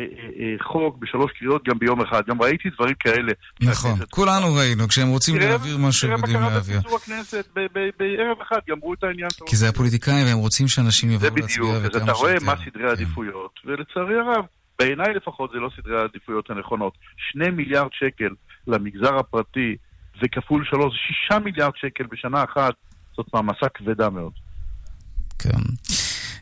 חוק ב3 קריאות גם ביום אחד, גם ראיתי דברים כאלה. נכון, כולנו ראינו, כשהם רוצים להעביר משהו, יודעים להעביר. בפיזור הכנסת, בערב אחד, גמרו את העניין. כי זה הפוליטיקאים, והם רוצים שאנשים יבואו להצביע. זה בדיוק, אתה רואה מה סדרי העדיפויות, ולצערי הרב, בעיניי לפחות זה לא סדרי העדיפויות הנכונות. 2 מיליארד שקל למגזר הפרטי, וכפול 3, 6 מיליארד שקל בשנה אחת, זאת מעמסה כבדה מאוד. כן.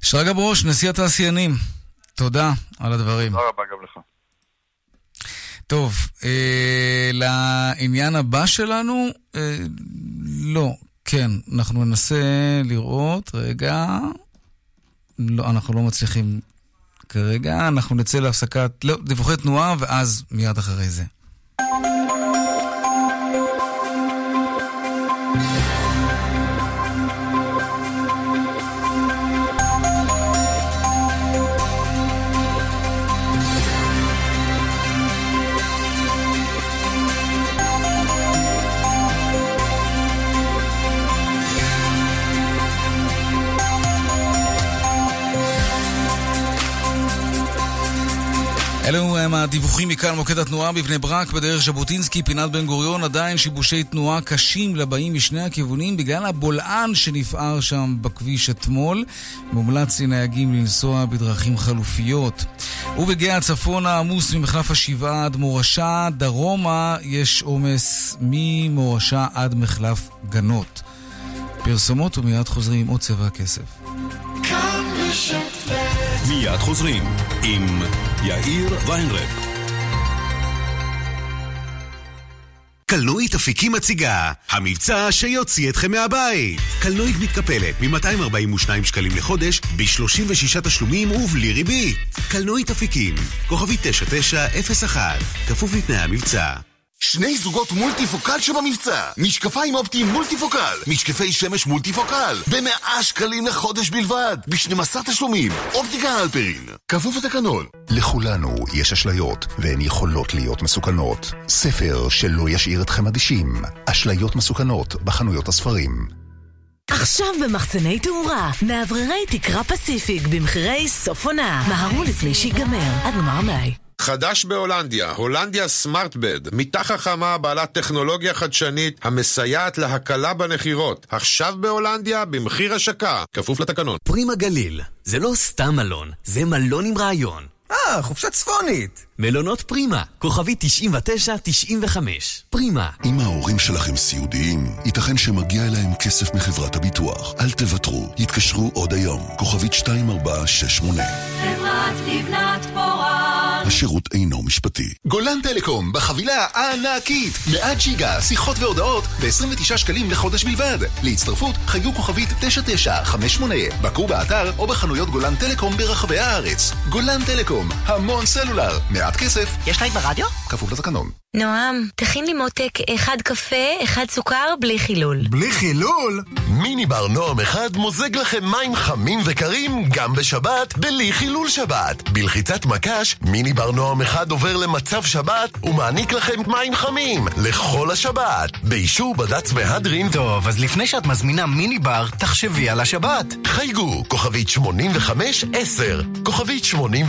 שרגא ברוש, נשיא התעשיינים, תודה על הדברים. תודה רבה גם לך. טוב, לעניין הבא שלנו, לא, כן, אנחנו ננסה לראות, רגע, לא, אנחנו לא מצליחים כרגע, אנחנו נצא להפסקת דיווחי תנועה ואז מיד אחרי זה. אלו הם הדיווחים מכאן מוקד התנועה בבני ברק בדרך ז'בוטינסקי, פינת בן גוריון. עדיין שיבושי תנועה קשים לבאים משני הכיוונים בגלל הבולען שנפער שם בכביש אתמול. מומלץ לנהגים לנסוע בדרכים חלופיות. ובגאה הצפון העמוס ממחלף השבעה עד מורשה, דרומה יש עומס ממורשה עד מחלף גנות. פרסומות ומיד חוזרים עם עוד צבע הכסף. מיד חוזרים עם יאיר ויינרב. קלנועית אפיקים מציגה המבצע שיוציא אתכם מהבית. קלנועית מתקפלת מ-242 שקלים לחודש ב-36 תשלומים ובלי ריבית. קלנועית אפיקים, כוכבי 9901, כפוף לתנאי המבצע. שני זוגות מולטיפוקל שבמבצע. משקפיים אופטיים מולטיפוקל, משקפי שמש מולטיפוקל, ב100 שקלים לחודש בלבד, ב12 תשלומים. אופטיקה הלפרין, כפוף לתקנון. לכולנו יש אשליות, והן יכולות להיות מסוכנות. ספר שלא ישאיר אתכם אדישים. אשליות מסוכנות בחנויות הספרים. עכשיו במחסני תאורה, מאווררי תקרה פסיפיק במחירי סוף עונה. מהרו לפני שיגמר, עד גמר מאי. חדש בהולנדיה, הולנדיה סמארטבד, מיטה חכמה בעלת טכנולוגיה חדשנית המסייעת להקלה בנחירות. עכשיו בהולנדיה במחיר השקה, כפוף לתקנון. פרימה גליל, זה לא סתם מלון, זה מלון עם רעיון. חופשה צפונית. מלונות פרימה, כוכבי 99-95. פרימה. אם ההורים שלכם סיעודיים, ייתכן שמגיע אליהם כסף מחברת הביטוח. אל תוותרו, יתקשרו עוד היום. כוכבית 2468. חברת לבנת פורן. השירות אינו משפטי. גולן טלקום, בחבילה הענקית. 100 ג'יגה, שיחות והודעות, ב-29 שקלים לחודש בלבד. להצטרפות, חיו כוכבית 9958. בקרו באתר או בחנויות גולן טלקום ברחבי הארץ. גולן טלקום, המון סלולר, מעט כסף. יש לייט ברדיו? כפוף לתקנון. נועם, תכין לי מותק 1 קפה, 1 סוכר, בלי חילול. בלי חילול? מיני בר נועם אחד מוזג לכם מים חמים וקרים גם בשבת, בלי חילול שבת. בלחיצת מקש, מיני בר נועם אחד עובר למצב שבת ומעניק לכם מים חמים לכל השבת. באישור בד"ץ מהדרין. טוב, אז לפני שאת מזמינה מיני בר, תחשבי על השבת. חייגו, כוכבית 8510. כוכבית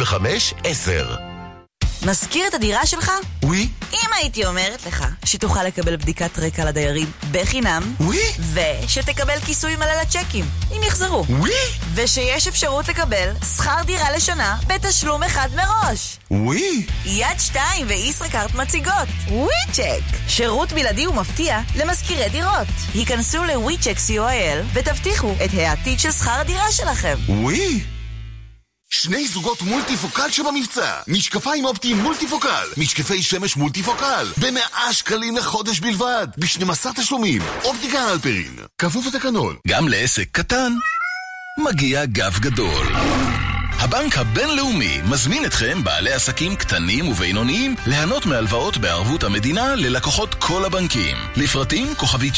8510. מזכיר את הדירה שלך? ווי. אם הייתי אומרת לך שתוכל לקבל בדיקת רקע לדיירים בחינם, ווי. ושתקבל כיסוי מלא לצ'קים אם יחזרו, ווי. ושיש אפשרות לקבל שכר דירה לשנה בתשלום אחד מראש. ווי. יד 2 וישראכרט מציגות ווי צ'ק, שירות בלעדי ומפתיע למזכירי דירות. היכנסו לווי צ'ק co.il ותבטיחו את העתיד של שכר הדירה שלכם. ווי. שני זוגות מולטיפוקל שבמבצע. משקפיים אופטיים מולטיפוקל, משקפי שמש מולטיפוקל, ב100 שקלים לחודש בלבד, ב12 תשלומים. אופטיקה הלפרין, כפוף לתקנון. גם לעסק קטן מגיע גב גדול. הבנק הבינלאומי מזמין אתכם, בעלי עסקים קטנים ובינוניים, ליהנות מהלוואות בערבות המדינה ללקוחות כל הבנקים. לפרטים כוכבית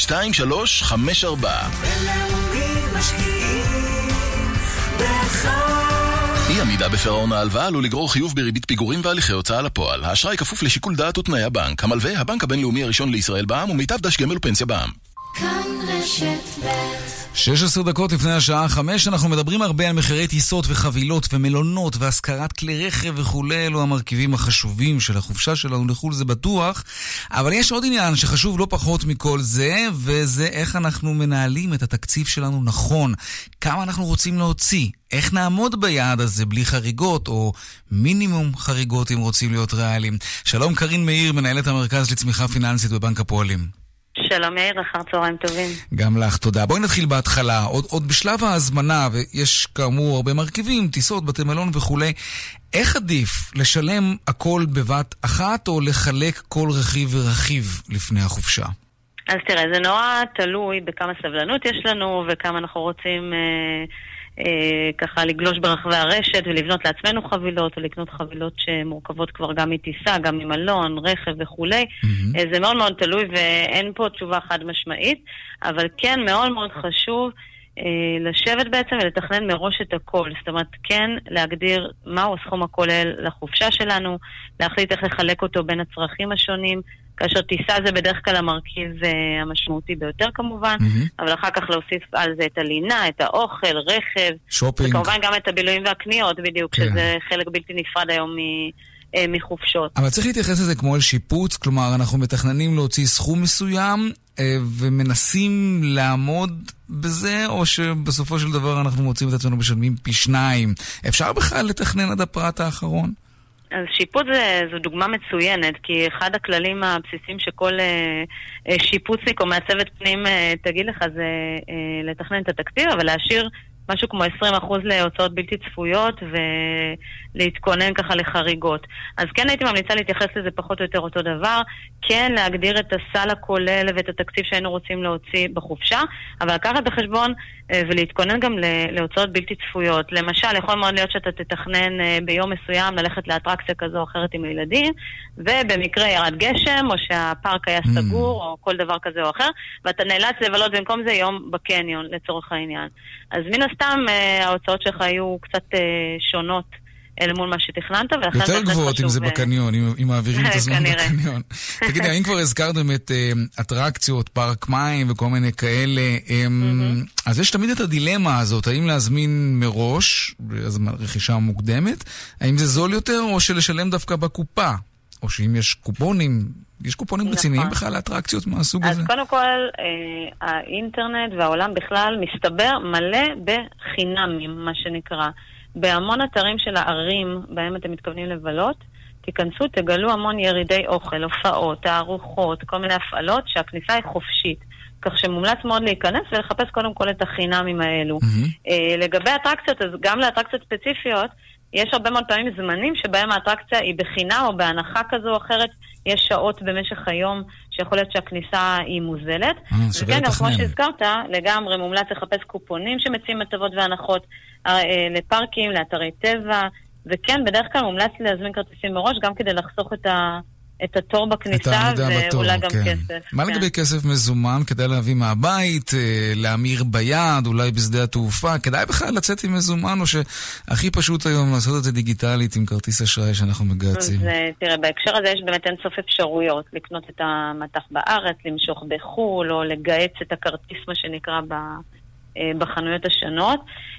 2354. בינלאומי משקיעים בכל. אי עמידה בפירעון ההלוואה עלול לגרור חיוב בריבית פיגורים והליכי הוצאה לפועל. האשראי כפוף לשיקול דעת ותנאי הבנק. המלווה, הבנק הבינלאומי הראשון לישראל בע"מ ומיטב דש גמל ופנסיה בע"מ. כאן רשת ב' 16 דקות לפני השעה 5, אנחנו מדברים הרבה על מחירי טיסות וחבילות ומלונות והשכרת כלי רכב וכו'. אלו המרכיבים החשובים של החופשה שלנו לחו"ל, זה בטוח. אבל יש עוד עניין שחשוב לא פחות מכל זה, וזה איך אנחנו מנהלים את התקציב שלנו נכון. כמה אנחנו רוצים להוציא, איך נעמוד ביעד הזה בלי חריגות, או מינימום חריגות אם רוצים להיות ריאליים. שלום קרין מאיר, מנהלת המרכז לצמיחה פיננסית בבנק הפועלים. שלום יאיר, אחר צהריים טובים. גם לך, תודה. בואי נתחיל בהתחלה. עוד בשלב ההזמנה, ויש כאמור הרבה מרכיבים, טיסות, בתי מלון וכולי, איך עדיף לשלם הכל בבת אחת או לחלק כל רכיב ורכיב לפני החופשה? אז תראה, זה נורא תלוי בכמה סבלנות יש לנו וכמה אנחנו רוצים ככה לגלוש ברחבי הרשת ולבנות לעצמנו חבילות, או לקנות חבילות שמורכבות כבר גם מטיסה, גם ממלון, רכב וכולי. זה מאוד מאוד תלוי ואין פה תשובה חד משמעית, אבל כן מאוד מאוד חשוב לשבת בעצם ולתכנן מראש את הכל. זאת אומרת, כן להגדיר מהו הסכום הכולל לחופשה שלנו, להחליט איך לחלק אותו בין הצרכים השונים, כאשר טיסה זה בדרך כלל המרכיב המשמעותי ביותר כמובן, אבל אחר כך להוסיף על זה את הלינה, את האוכל, רכב, שופינג. וכמובן גם את הבילויים והקניות בדיוק, שזה חלק בלתי נפרד היום מחופשות. אבל צריך להתייחס לזה כמו אל שיפוץ, כלומר אנחנו מתכננים להוציא סכום מסוים ומנסים לעמוד בזה, או שבסופו של דבר אנחנו מוצאים את עצמנו משלמים פי 2. אפשר בכלל לתכנן עד הפרט האחרון? אז שיפוץ זו דוגמה מצוינת, כי אחד הכללים הבסיסיים שכל שיפוצניק או מעצבת פנים תגיד לך זה לתכנן את התקציב, אבל להשאיר משהו כמו 20% להוצאות בלתי צפויות ולהתכונן ככה לחריגות. אז כן הייתי ממליצה להתייחס לזה פחות או יותר אותו דבר, כן להגדיר את הסל הכולל ואת התקציב שהיינו רוצים להוציא בחופשה, אבל לקחת בחשבון ולהתכונן גם להוצאות בלתי צפויות. למשל, יכול מאוד להיות שאתה תתכנן ביום מסוים ללכת לאטרקציה כזו או אחרת עם הילדים, ובמקרה ירד גשם או שהפארק היה סגור או כל דבר כזה או אחר, ואתה נאלץ לבלות במקום זה יום בקניון לצורך העניין. אז מן הסתם ההוצאות שלך היו קצת שונות אל מול מה שתכננת, יותר גבוהות אם זה בקניון, אם מעבירים את הזמן בקניון. תגידי, האם כבר הזכרתם את אטרקציות, פארק מים וכל מיני כאלה, אז יש תמיד את הדילמה הזאת, האם להזמין מראש, רכישה מוקדמת, האם זה זול יותר או שלשלם דווקא בקופה, או שאם יש קופונים, יש קופונים רציניים בכלל לאטרקציות מהסוג הזה? אז קודם כל, האינטרנט והעולם בכלל מסתבר מלא בחינמים, מה שנקרא. בהמון אתרים של הערים בהם אתם מתכוונים לבלות, תיכנסו, תגלו המון ירידי אוכל, הופעות, תערוכות, כל מיני הפעלות שהכניסה היא חופשית. כך שמומלץ מאוד להיכנס ולחפש קודם כל את החינמים האלו. לגבי אטרקציות, אז גם לאטרקציות ספציפיות, יש הרבה מאוד פעמים זמנים שבהם האטרקציה היא בחינם או בהנחה כזו או אחרת, יש שעות במשך היום שיכול להיות שהכניסה היא מוזלת. וכן, כמו שהזכרת, לגמרי מומלץ לחפש קופונים שמציעים הטבות והנחות לפארקים, לאתרי טבע, וכן, בדרך כלל מומלץ להזמין כרטיסים מראש, גם כדי לחסוך את התור בכניסה, ואולי גם כסף. מה לגבי כסף מזומן? כדאי להביא מהבית, להמיר ביד, אולי בשדה התעופה, כדאי בכלל לצאת עם מזומן, או שהכי פשוט היום לעשות את זה דיגיטלית עם כרטיס אשראי שאנחנו מגעצים? תראה, בהקשר הזה יש באמת אין סוף אפשרויות, לקנות את המטח בארץ, למשוך בחול, או לגעץ את הכרטיס, מה שנקרא בחנויות השונות.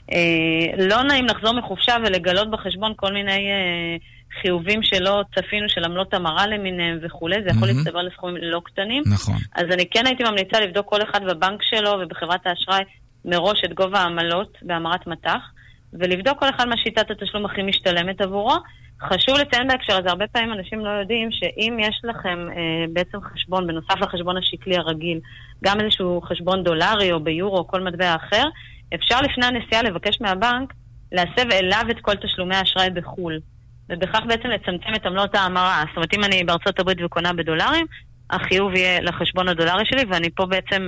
לא נעים לחזור מחופשה ולגלות בחשבון כל מיני חיובים שלא צפינו, של עמלות המרה למיניהם וכולי, זה יכול להצטבר לסכומים לא קטנים. נכון. אז אני כן הייתי ממליצה לבדוק כל אחד בבנק שלו ובחברת האשראי מראש את גובה העמלות בהמרת מטח, ולבדוק כל אחד מה שיטת התשלום הכי משתלמת עבורו. חשוב לציין בהקשר הזה, הרבה פעמים אנשים לא יודעים שאם יש לכם בעצם חשבון, בנוסף לחשבון השקלי הרגיל, גם איזשהו חשבון דולרי או ביורו או כל מטבע אחר, אפשר לפני הנסיעה לבקש מהבנק להסב אליו את כל תשלומי האשראי בחול. ובכך בעצם לצמצם את עמלות ההמרה. זאת אומרת, אם אני בארצות הברית וקונה בדולרים, החיוב יהיה לחשבון הדולרי שלי, ואני פה בעצם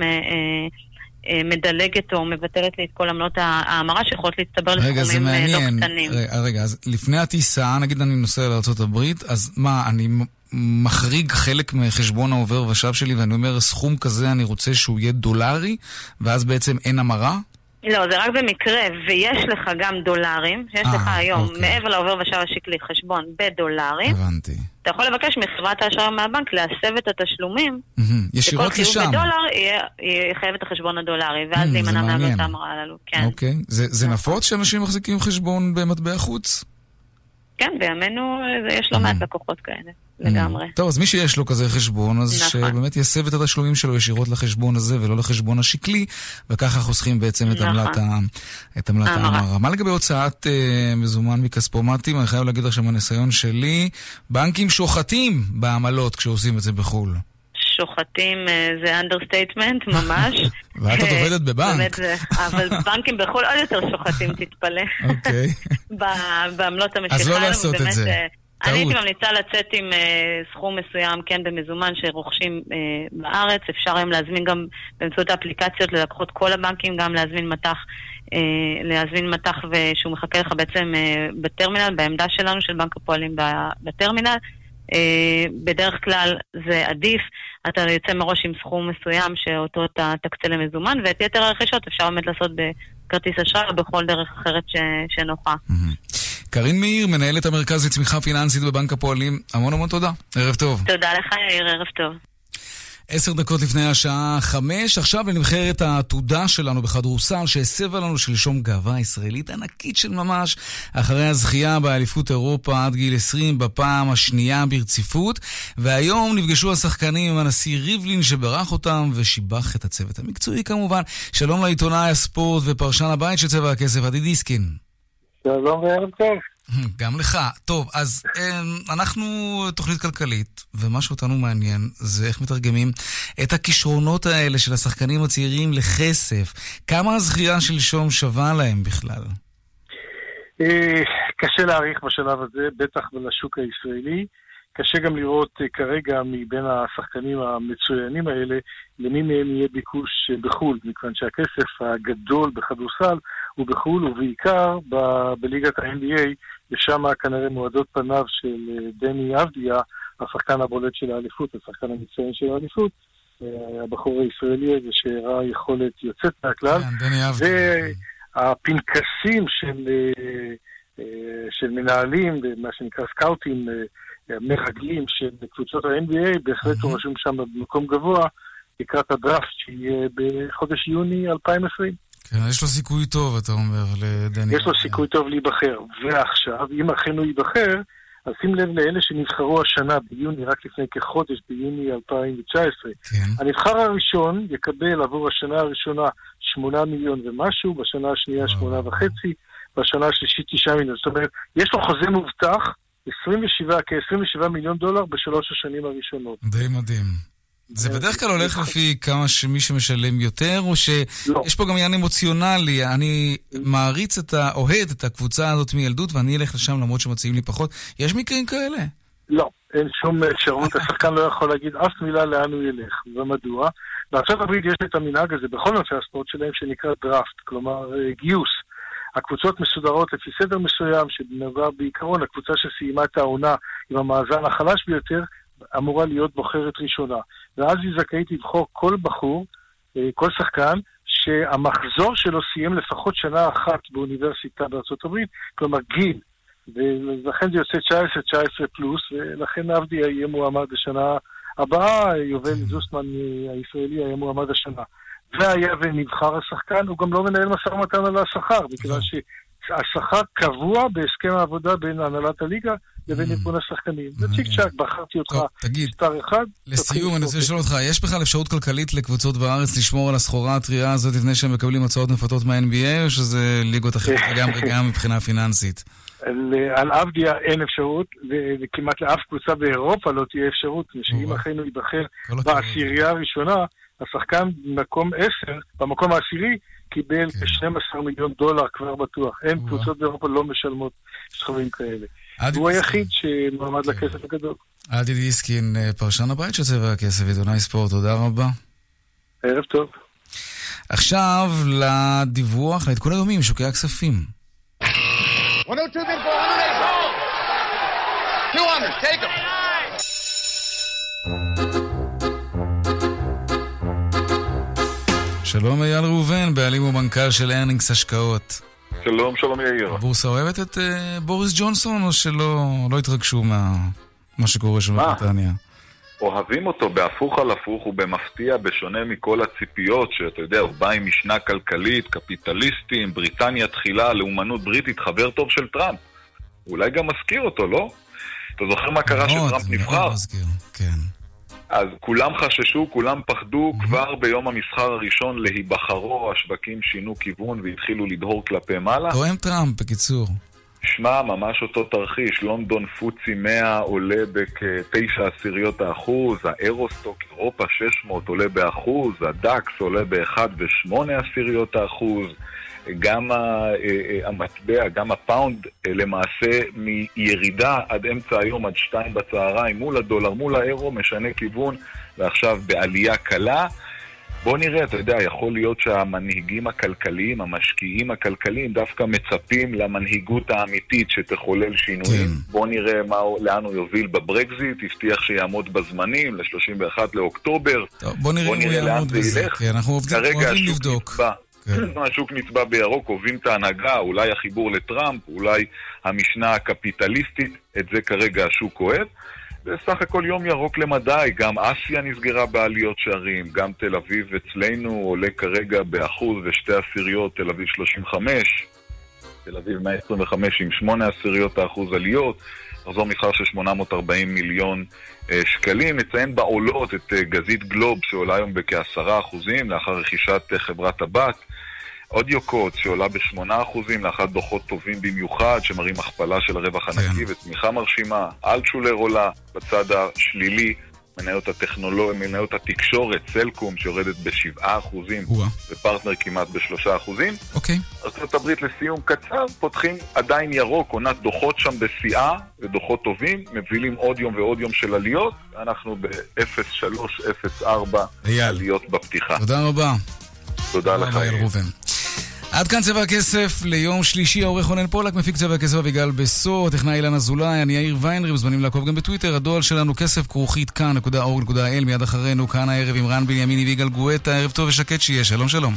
מדלגת או מבטלת לי את כל עמלות ההמרה שיכולות להצטבר לסכומים לא קטנים. רגע, אז לפני הטיסה, נגיד אני נוסע לארצות הברית, אז מה, אני מחריג חלק מחשבון העובר ושב שלי, ואני אומר, סכום כזה אני רוצה שהוא יהיה דולרי, ואז בעצם אין המרה? לא, זה רק במקרה, ויש לך גם דולרים, שיש לך היום, מעבר לעובר ושב השקלי, חשבון בדולרים. הבנתי. אתה יכול לבקש מחברת האשראי מהבנק להסב את התשלומים, ישירות לשם. שכל חיוב בדולר יחייב את החשבון הדולרי, ואז זה יימנע מעמלות ההמרה הללו. אוקיי. זה נפוץ שאנשים מחזיקים חשבון במטבע חוץ? כן, בימינו יש לא מעט לקוחות כאלה, לגמרי. טוב, אז מי שיש לו כזה חשבון, אז שבאמת יסב את התשלומים שלו ישירות לחשבון הזה ולא לחשבון השקלי, וככה חוסכים בעצם את עמלת ההמרה. מה לגבי הוצאת מזומן מכספומטים? אני חייב להגיד לך שמהניסיון שלי, בנקים שוחטים בעמלות כשעושים את זה בחו"ל. שוחטים זה understatement ממש. ואת עובדת בבנק. אבל בנקים בחול עוד יותר שוחטים, תתפלא. אוקיי. בעמלות המשיכה. אז לא לעשות את זה. אני הייתי ממליצה לצאת עם סכום מסוים, כן, במזומן שרוכשים בארץ. אפשר היום להזמין גם באמצעות האפליקציות ללקוחות כל הבנקים, גם להזמין מטח שהוא מחכה לך בעצם בטרמינל, בעמדה שלנו של בנק הפועלים בטרמינל. בדרך כלל זה עדיף, אתה יוצא מראש עם סכום מסוים שאותו אתה תקצה למזומן, ואת יתר הרכישות אפשר באמת לעשות בכרטיס אשראי או בכל דרך אחרת שנוחה. קרין מאיר, מנהלת המרכז לצמיחה פיננסית בבנק הפועלים, המון תודה. ערב טוב. תודה לך, יאיר, ערב טוב. 10 דקות לפני השעה 5, עכשיו לנבחרת העתודה שלנו בכדורסל, שהסבה לנו שלשום גאווה ישראלית ענקית של ממש, אחרי הזכייה באליפות אירופה עד גיל 20 בפעם השנייה ברציפות, והיום נפגשו השחקנים עם הנשיא ריבלין שברך אותם ושיבח את הצוות המקצועי כמובן. שלום לעיתונאי הספורט ופרשן הבית של צבע הכסף, עדי דיסקין. שלום וערב טוב. גם לך. טוב, אז אנחנו תוכנית כלכלית, ומה שאותנו מעניין זה איך מתרגמים את הכישרונות האלה של השחקנים הצעירים לכסף. כמה הזכייה שלשום שווה להם בכלל? קשה להעריך בשלב הזה, בטח לשוק הישראלי. קשה גם לראות כרגע מבין השחקנים המצוינים האלה, למי מהם יהיה ביקוש בחול, מכיוון שהכסף הגדול בכדורסל הוא בחול, ובעיקר בליגת ה-NBA, ושם כנראה מועדות פניו של דני אבדיה, השחקן הבולט של האליפות, השחקן המצוין של האליפות, הבחור הישראלי הזה שהראה יכולת יוצאת מהכלל. והפנקסים של מנהלים, מה שנקרא סקאוטים, מרגלים של קבוצות ה-NBA, בהחלט הוא רשום שם במקום גבוה, לקראת הדראפט שיהיה בחודש יוני 2020. כן, יש לו סיכוי טוב, אתה אומר, לדני. יש לו סיכוי טוב להיבחר. ועכשיו, אם אכן הוא ייבחר, אז שים לב לאלה שנבחרו השנה ביוני, רק לפני כחודש, ביוני 2019. כן. הנבחר הראשון יקבל עבור השנה הראשונה 8 מיליון ומשהו, בשנה השנייה 8.5, בשנה השלישית 9 מיליון. זאת אומרת, יש לו חוזה מובטח, כ-27 מיליון דולר בשלוש השנים הראשונות. די מדהים. זה בדרך כלל הולך לפי כמה שמי שמשלם יותר, או שיש פה גם עניין אמוציונלי, אני מעריץ אוהד את הקבוצה הזאת מילדות, ואני אלך לשם למרות שמציעים לי פחות. יש מקרים כאלה? לא, אין שום אפשרות, השחקן לא יכול להגיד אף מילה לאן הוא ילך, ומדוע? בארצות הברית יש את המנהג הזה בכל נושא הספורט שלהם שנקרא דראפט, כלומר גיוס. הקבוצות מסודרות לפי סדר מסוים, שנבע בעיקרון, הקבוצה שסיימה את העונה עם המאזן החלש ביותר, אמורה להיות בוחרת ראשונה. ואז היא זכאית לבחור כל בחור, כל שחקן, שהמחזור שלו סיים לפחות שנה אחת באוניברסיטה בארצות הברית, כלומר גיל, ולכן זה יוצא 19 פלוס, ולכן אבדיה יהיה מועמד השנה הבאה, יובל זוסמן הישראלי היה מועמד השנה. והיה ונבחר השחקן, הוא גם לא מנהל משא ומתן על השכר, בגלל שהשכר קבוע בהסכם העבודה בין הנהלת הליגה לבין ארגון השחקנים. זה צ'יק צ'ק, בחרתי אותך מספר אחד. לסיום, אני רוצה לשאול אותך, יש בכלל אפשרות כלכלית לקבוצות בארץ לשמור על הסחורה הטריה הזאת לפני שהם מקבלים הצעות מפתות מה-NBA, או שזה ליגות אחרות גם מבחינה פיננסית? על אבדיה אין אפשרות, וכמעט לאף קבוצה באירופה לא תהיה אפשרות, שאם אכן הוא ייבחר בעשירייה הראשונה, השחקן במקום 10, במקום העשירי, קיבל כ-12 מיליון דולר כבר בטוח. אין קבוצות באירופה לא משלמות סכומים כאלה. הוא היחיד שמועמד לכסף הגדול. עדי דיסקין, פרשן הבית של צבע הכסף, עיתונאי ספורט, תודה רבה. ערב טוב. עכשיו לדיווח, לעדכון היומי משוקי הכספים. 102 bid for 108 gold. 200, take them. שלום אייל ראובן, בעלים ומנכ"ל של ארנינגס השקעות. שלום יאיר. הבורסה אוהבת את בוריס ג'ונסון, או שלא התרגשו מה שקורה שם בבריטניה? אוהבים אותו בהפוך על הפוך ובמפתיע, בשונה מכל הציפיות, שאתה יודע, הוא בא עם משנה כלכלית, קפיטליסטים, בריטניה תחילה, לאומנות בריטית, חבר טוב של טראמפ. אולי גם מזכיר אותו, לא? אתה זוכר מה קרה שטראמפ נבחר? מאוד מזכיר, כן. אז כולם חששו, כולם פחדו, כבר ביום המסחר הראשון להיבחרו, השווקים שינו כיוון והתחילו לדהור כלפי מעלה. תואם טראמפ, בקיצור. שמע, ממש אותו תרחיש, לונדון פוצי 100 עולה ב-9%, האירוסטוק אירופה 600 עולה ב1%, הדקס עולה ב1.8%, גם המטבע, גם הפאונד למעשה מירידה עד אמצע היום, עד 2 בצהריים, מול הדולר, מול האירו, משנה כיוון, ועכשיו בעלייה קלה. בוא נראה, אתה יודע, יכול להיות שהמנהיגים הכלכליים, המשקיעים הכלכליים, דווקא מצפים למנהיגות האמיתית שתחולל שינויים. כן. בוא נראה לאן הוא יוביל בברקזיט, הבטיח שיעמוד בזמנים, ל-31 לאוקטובר. טוב, בוא נראה אם הוא יעמוד בזה. כן, אנחנו אוהבים לבדוק. השוק נצבע בירוק, קובעים את ההנהגה, אולי החיבור לטראמפ, אולי המשנה הקפיטליסטית, את זה כרגע השוק אוהב. בסך הכל יום ירוק למדי, גם אסיה נסגרה בעליות שערים, גם תל אביב אצלנו עולה כרגע ב1.2%, תל אביב 35, תל אביב 125 עם 0.8% עליות, מחזור מסחר של 840 מיליון שקלים. נציין בעולות את גזית גלוב שעולה היום בכ10%, לאחר רכישת חברת הבת, עוד יוקות שעולה ב8% לאחר דוחות טובים במיוחד שמראים הכפלה של הרווח הנקי ותמיכה מרשימה. אלטשולר עולה בצד השלילי, מניות התקשורת, סלקום שיורדת ב7%, ופרטנר כמעט ב3%. ארצות הברית לסיום קצר, פותחים עדיין ירוק, עונת דוחות שם בשיאה, ודוחות טובים, מבלים עוד יום ועוד יום של עליות, אנחנו ב-0.3, 0.4 עליות בפתיחה. תודה רבה. תודה לך. עד כאן צבע הכסף ליום שלישי, העורך רונן פולק, מפיק צבע הכסף אביגל בסו, טכנאי אילן אזולאי, אני יאיר ויינרי, מוזמנים לעקוב גם בטוויטר, הדואל שלנו כסף@כאן.org.il, מיד אחרינו כאן הערב עם רן בנימיני ויגאל גואטה, ערב טוב ושקט שיהיה, שלום שלום.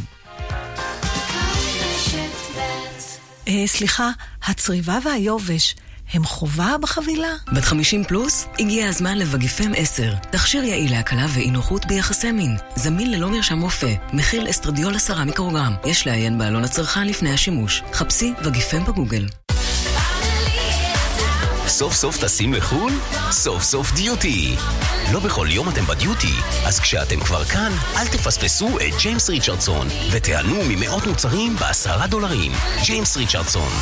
סליחה, הצריבה והיובש הם חובה בחבילה? בת 50 פלוס? הגיע הזמן לווגיפם 10. תכשיר יעיל להקלה ואי נוחות ביחסי מין. זמין ללא מרשם רופא. מכיל אסטרדיול 10 מיקרוגרם. יש לעיין בעלון הצרכן לפני השימוש. חפשי ווגיפם בגוגל. סוף סוף טסים לחול? סוף סוף דיוטי. לא בכל יום אתם בדיוטי, אז כשאתם כבר כאן, אל תפספסו את ג'יימס ריצ'רדסון ותיהנו ממאות מוצרים ב$10. ג'יימס ריצ'רדסון.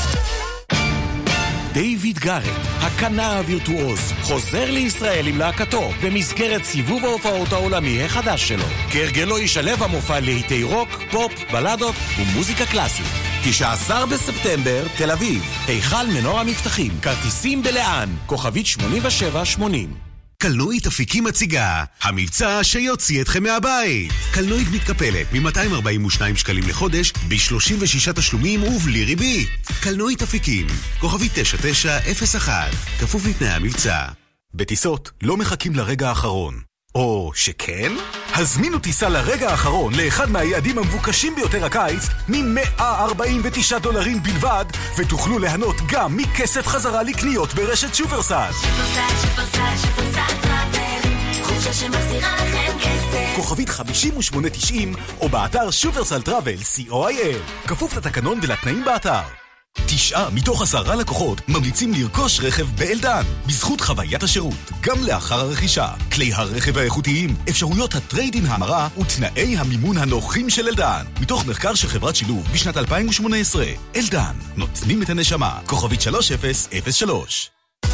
דיוויד גארט, הכנר הווירטואוז, חוזר לישראל עם להקתו במסגרת סיבוב ההופעות העולמי החדש שלו. כהרגלו ישלב המופע להיטי רוק, פופ, בלדות ומוזיקה קלאסית. 19 בספטמבר, תל אביב, היכל מנור המבטחים, כרטיסים בלאן, כוכבית 8780. קלנועית אפיקים מציגה, המבצע שיוציא אתכם מהבית. קלנועית מתקפלת מ-242 שקלים לחודש, ב-36 תשלומים ובלי ריבית. קלנועית אפיקים, כוכבית 9901, כפוף לתנאי המבצע. בטיסות לא מחכים לרגע האחרון. או שכן? הזמינו טיסה לרגע האחרון לאחד מהיעדים המבוקשים ביותר הקיץ מ$149 בלבד, ותוכלו ליהנות גם מכסף חזרה לקניות ברשת שופרסל. שופרסל טראבל, חופשה שמחזירה לכם כסף. כוכבית 5890 או באתר שופרסל טראבל co.il. כפוף לתקנון ולתנאים באתר. 9 מתוך 10 לקוחות ממליצים לרכוש רכב באלדן בזכות חוויית השירות, גם לאחר הרכישה, כלי הרכב האיכותיים, אפשרויות הטרייד-אין המרה ותנאי המימון הנוחים של אלדן, מתוך מחקר של חברת שילוב בשנת 2018. אלדן, נותנים את הנשמה. כוכבית 3003.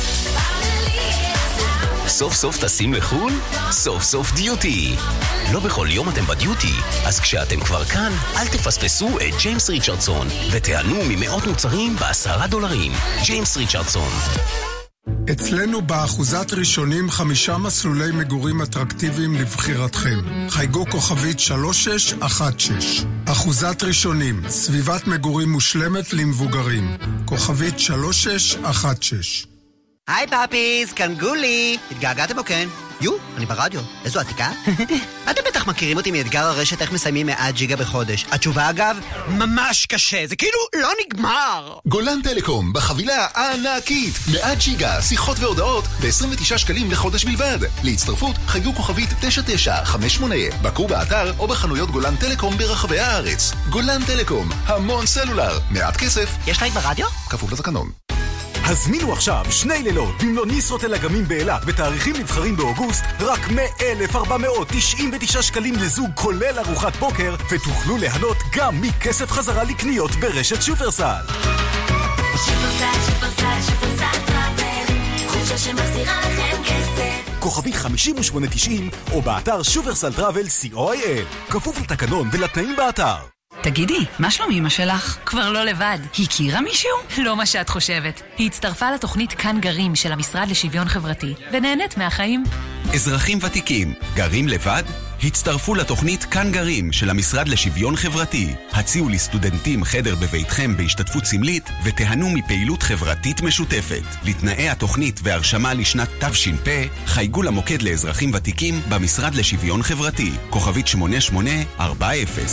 סוף סוף טסים לחול? סוף סוף דיוטי. לא בכל יום אתם בדיוטי, אז כשאתם כבר כאן, אל תפספסו את ג'יימס ריצ'רדסון ותיהנו ממאות מוצרים ב$10. ג'יימס ריצ'רדסון. אצלנו באחוזת ראשונים 5 מסלולי מגורים אטרקטיביים לבחירתכם. חייגו כוכבית 3616. אחוזת ראשונים, סביבת מגורים מושלמת למבוגרים. כוכבית 3616. היי פאפיז, כאן גולי. התגעגעתם או כן? אני ברדיו. איזו עתיקה? אתם בטח מכירים אותי מאתגר הרשת איך מסיימים 100 ג'יגה בחודש. התשובה אגב, ממש קשה, זה כאילו לא נגמר. גולן טלקום, בחבילה הענקית 100 ג'יגה, שיחות והודעות ב-29 שקלים לחודש בלבד. להצטרפות, חייגו כוכבית 9958, בקרו באתר או בחנויות גולן טלקום ברחבי הארץ. גולן טלקום, המון סלולר, מעט כסף. יש לייק ברדיו? כפוף לתקנון. הזמינו עכשיו 2 לילות במלון ישרוטל אגמים באילת בתאריכים נבחרים באוגוסט, רק 1,499 שקלים לזוג כולל ארוחת בוקר, ותוכלו ליהנות גם מכסף חזרה לקניות ברשת שופרסל. שופרסל שופרסל, שופרסל טראבל, חופשה שמחזירה לכם כסף. כוכבית 5890 או באתר שופרסל טראבל co.il. כפוף לתקנון ולתנאים באתר. תגידי, מה שלום אמא שלך? כבר לא לבד. הכירה מישהו? לא מה שאת חושבת. היא הצטרפה לתוכנית כאן גרים של המשרד לשוויון חברתי, ונהנית מהחיים. אזרחים ותיקים, גרים לבד? הצטרפו לתוכנית כאן גרים של המשרד לשוויון חברתי. הציעו לסטודנטים חדר בביתכם בהשתתפות סמלית, ותיהנו מפעילות חברתית משותפת. לתנאי התוכנית והרשמה לשנת תש"פ, חייגו למוקד לאזרחים ותיקים במשרד לשוויון חברתי. כוכבית 8840.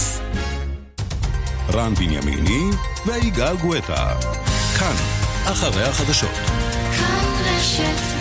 רן בנימיני ויגאל גואטה. כאן, אחרי החדשות. כאן רשת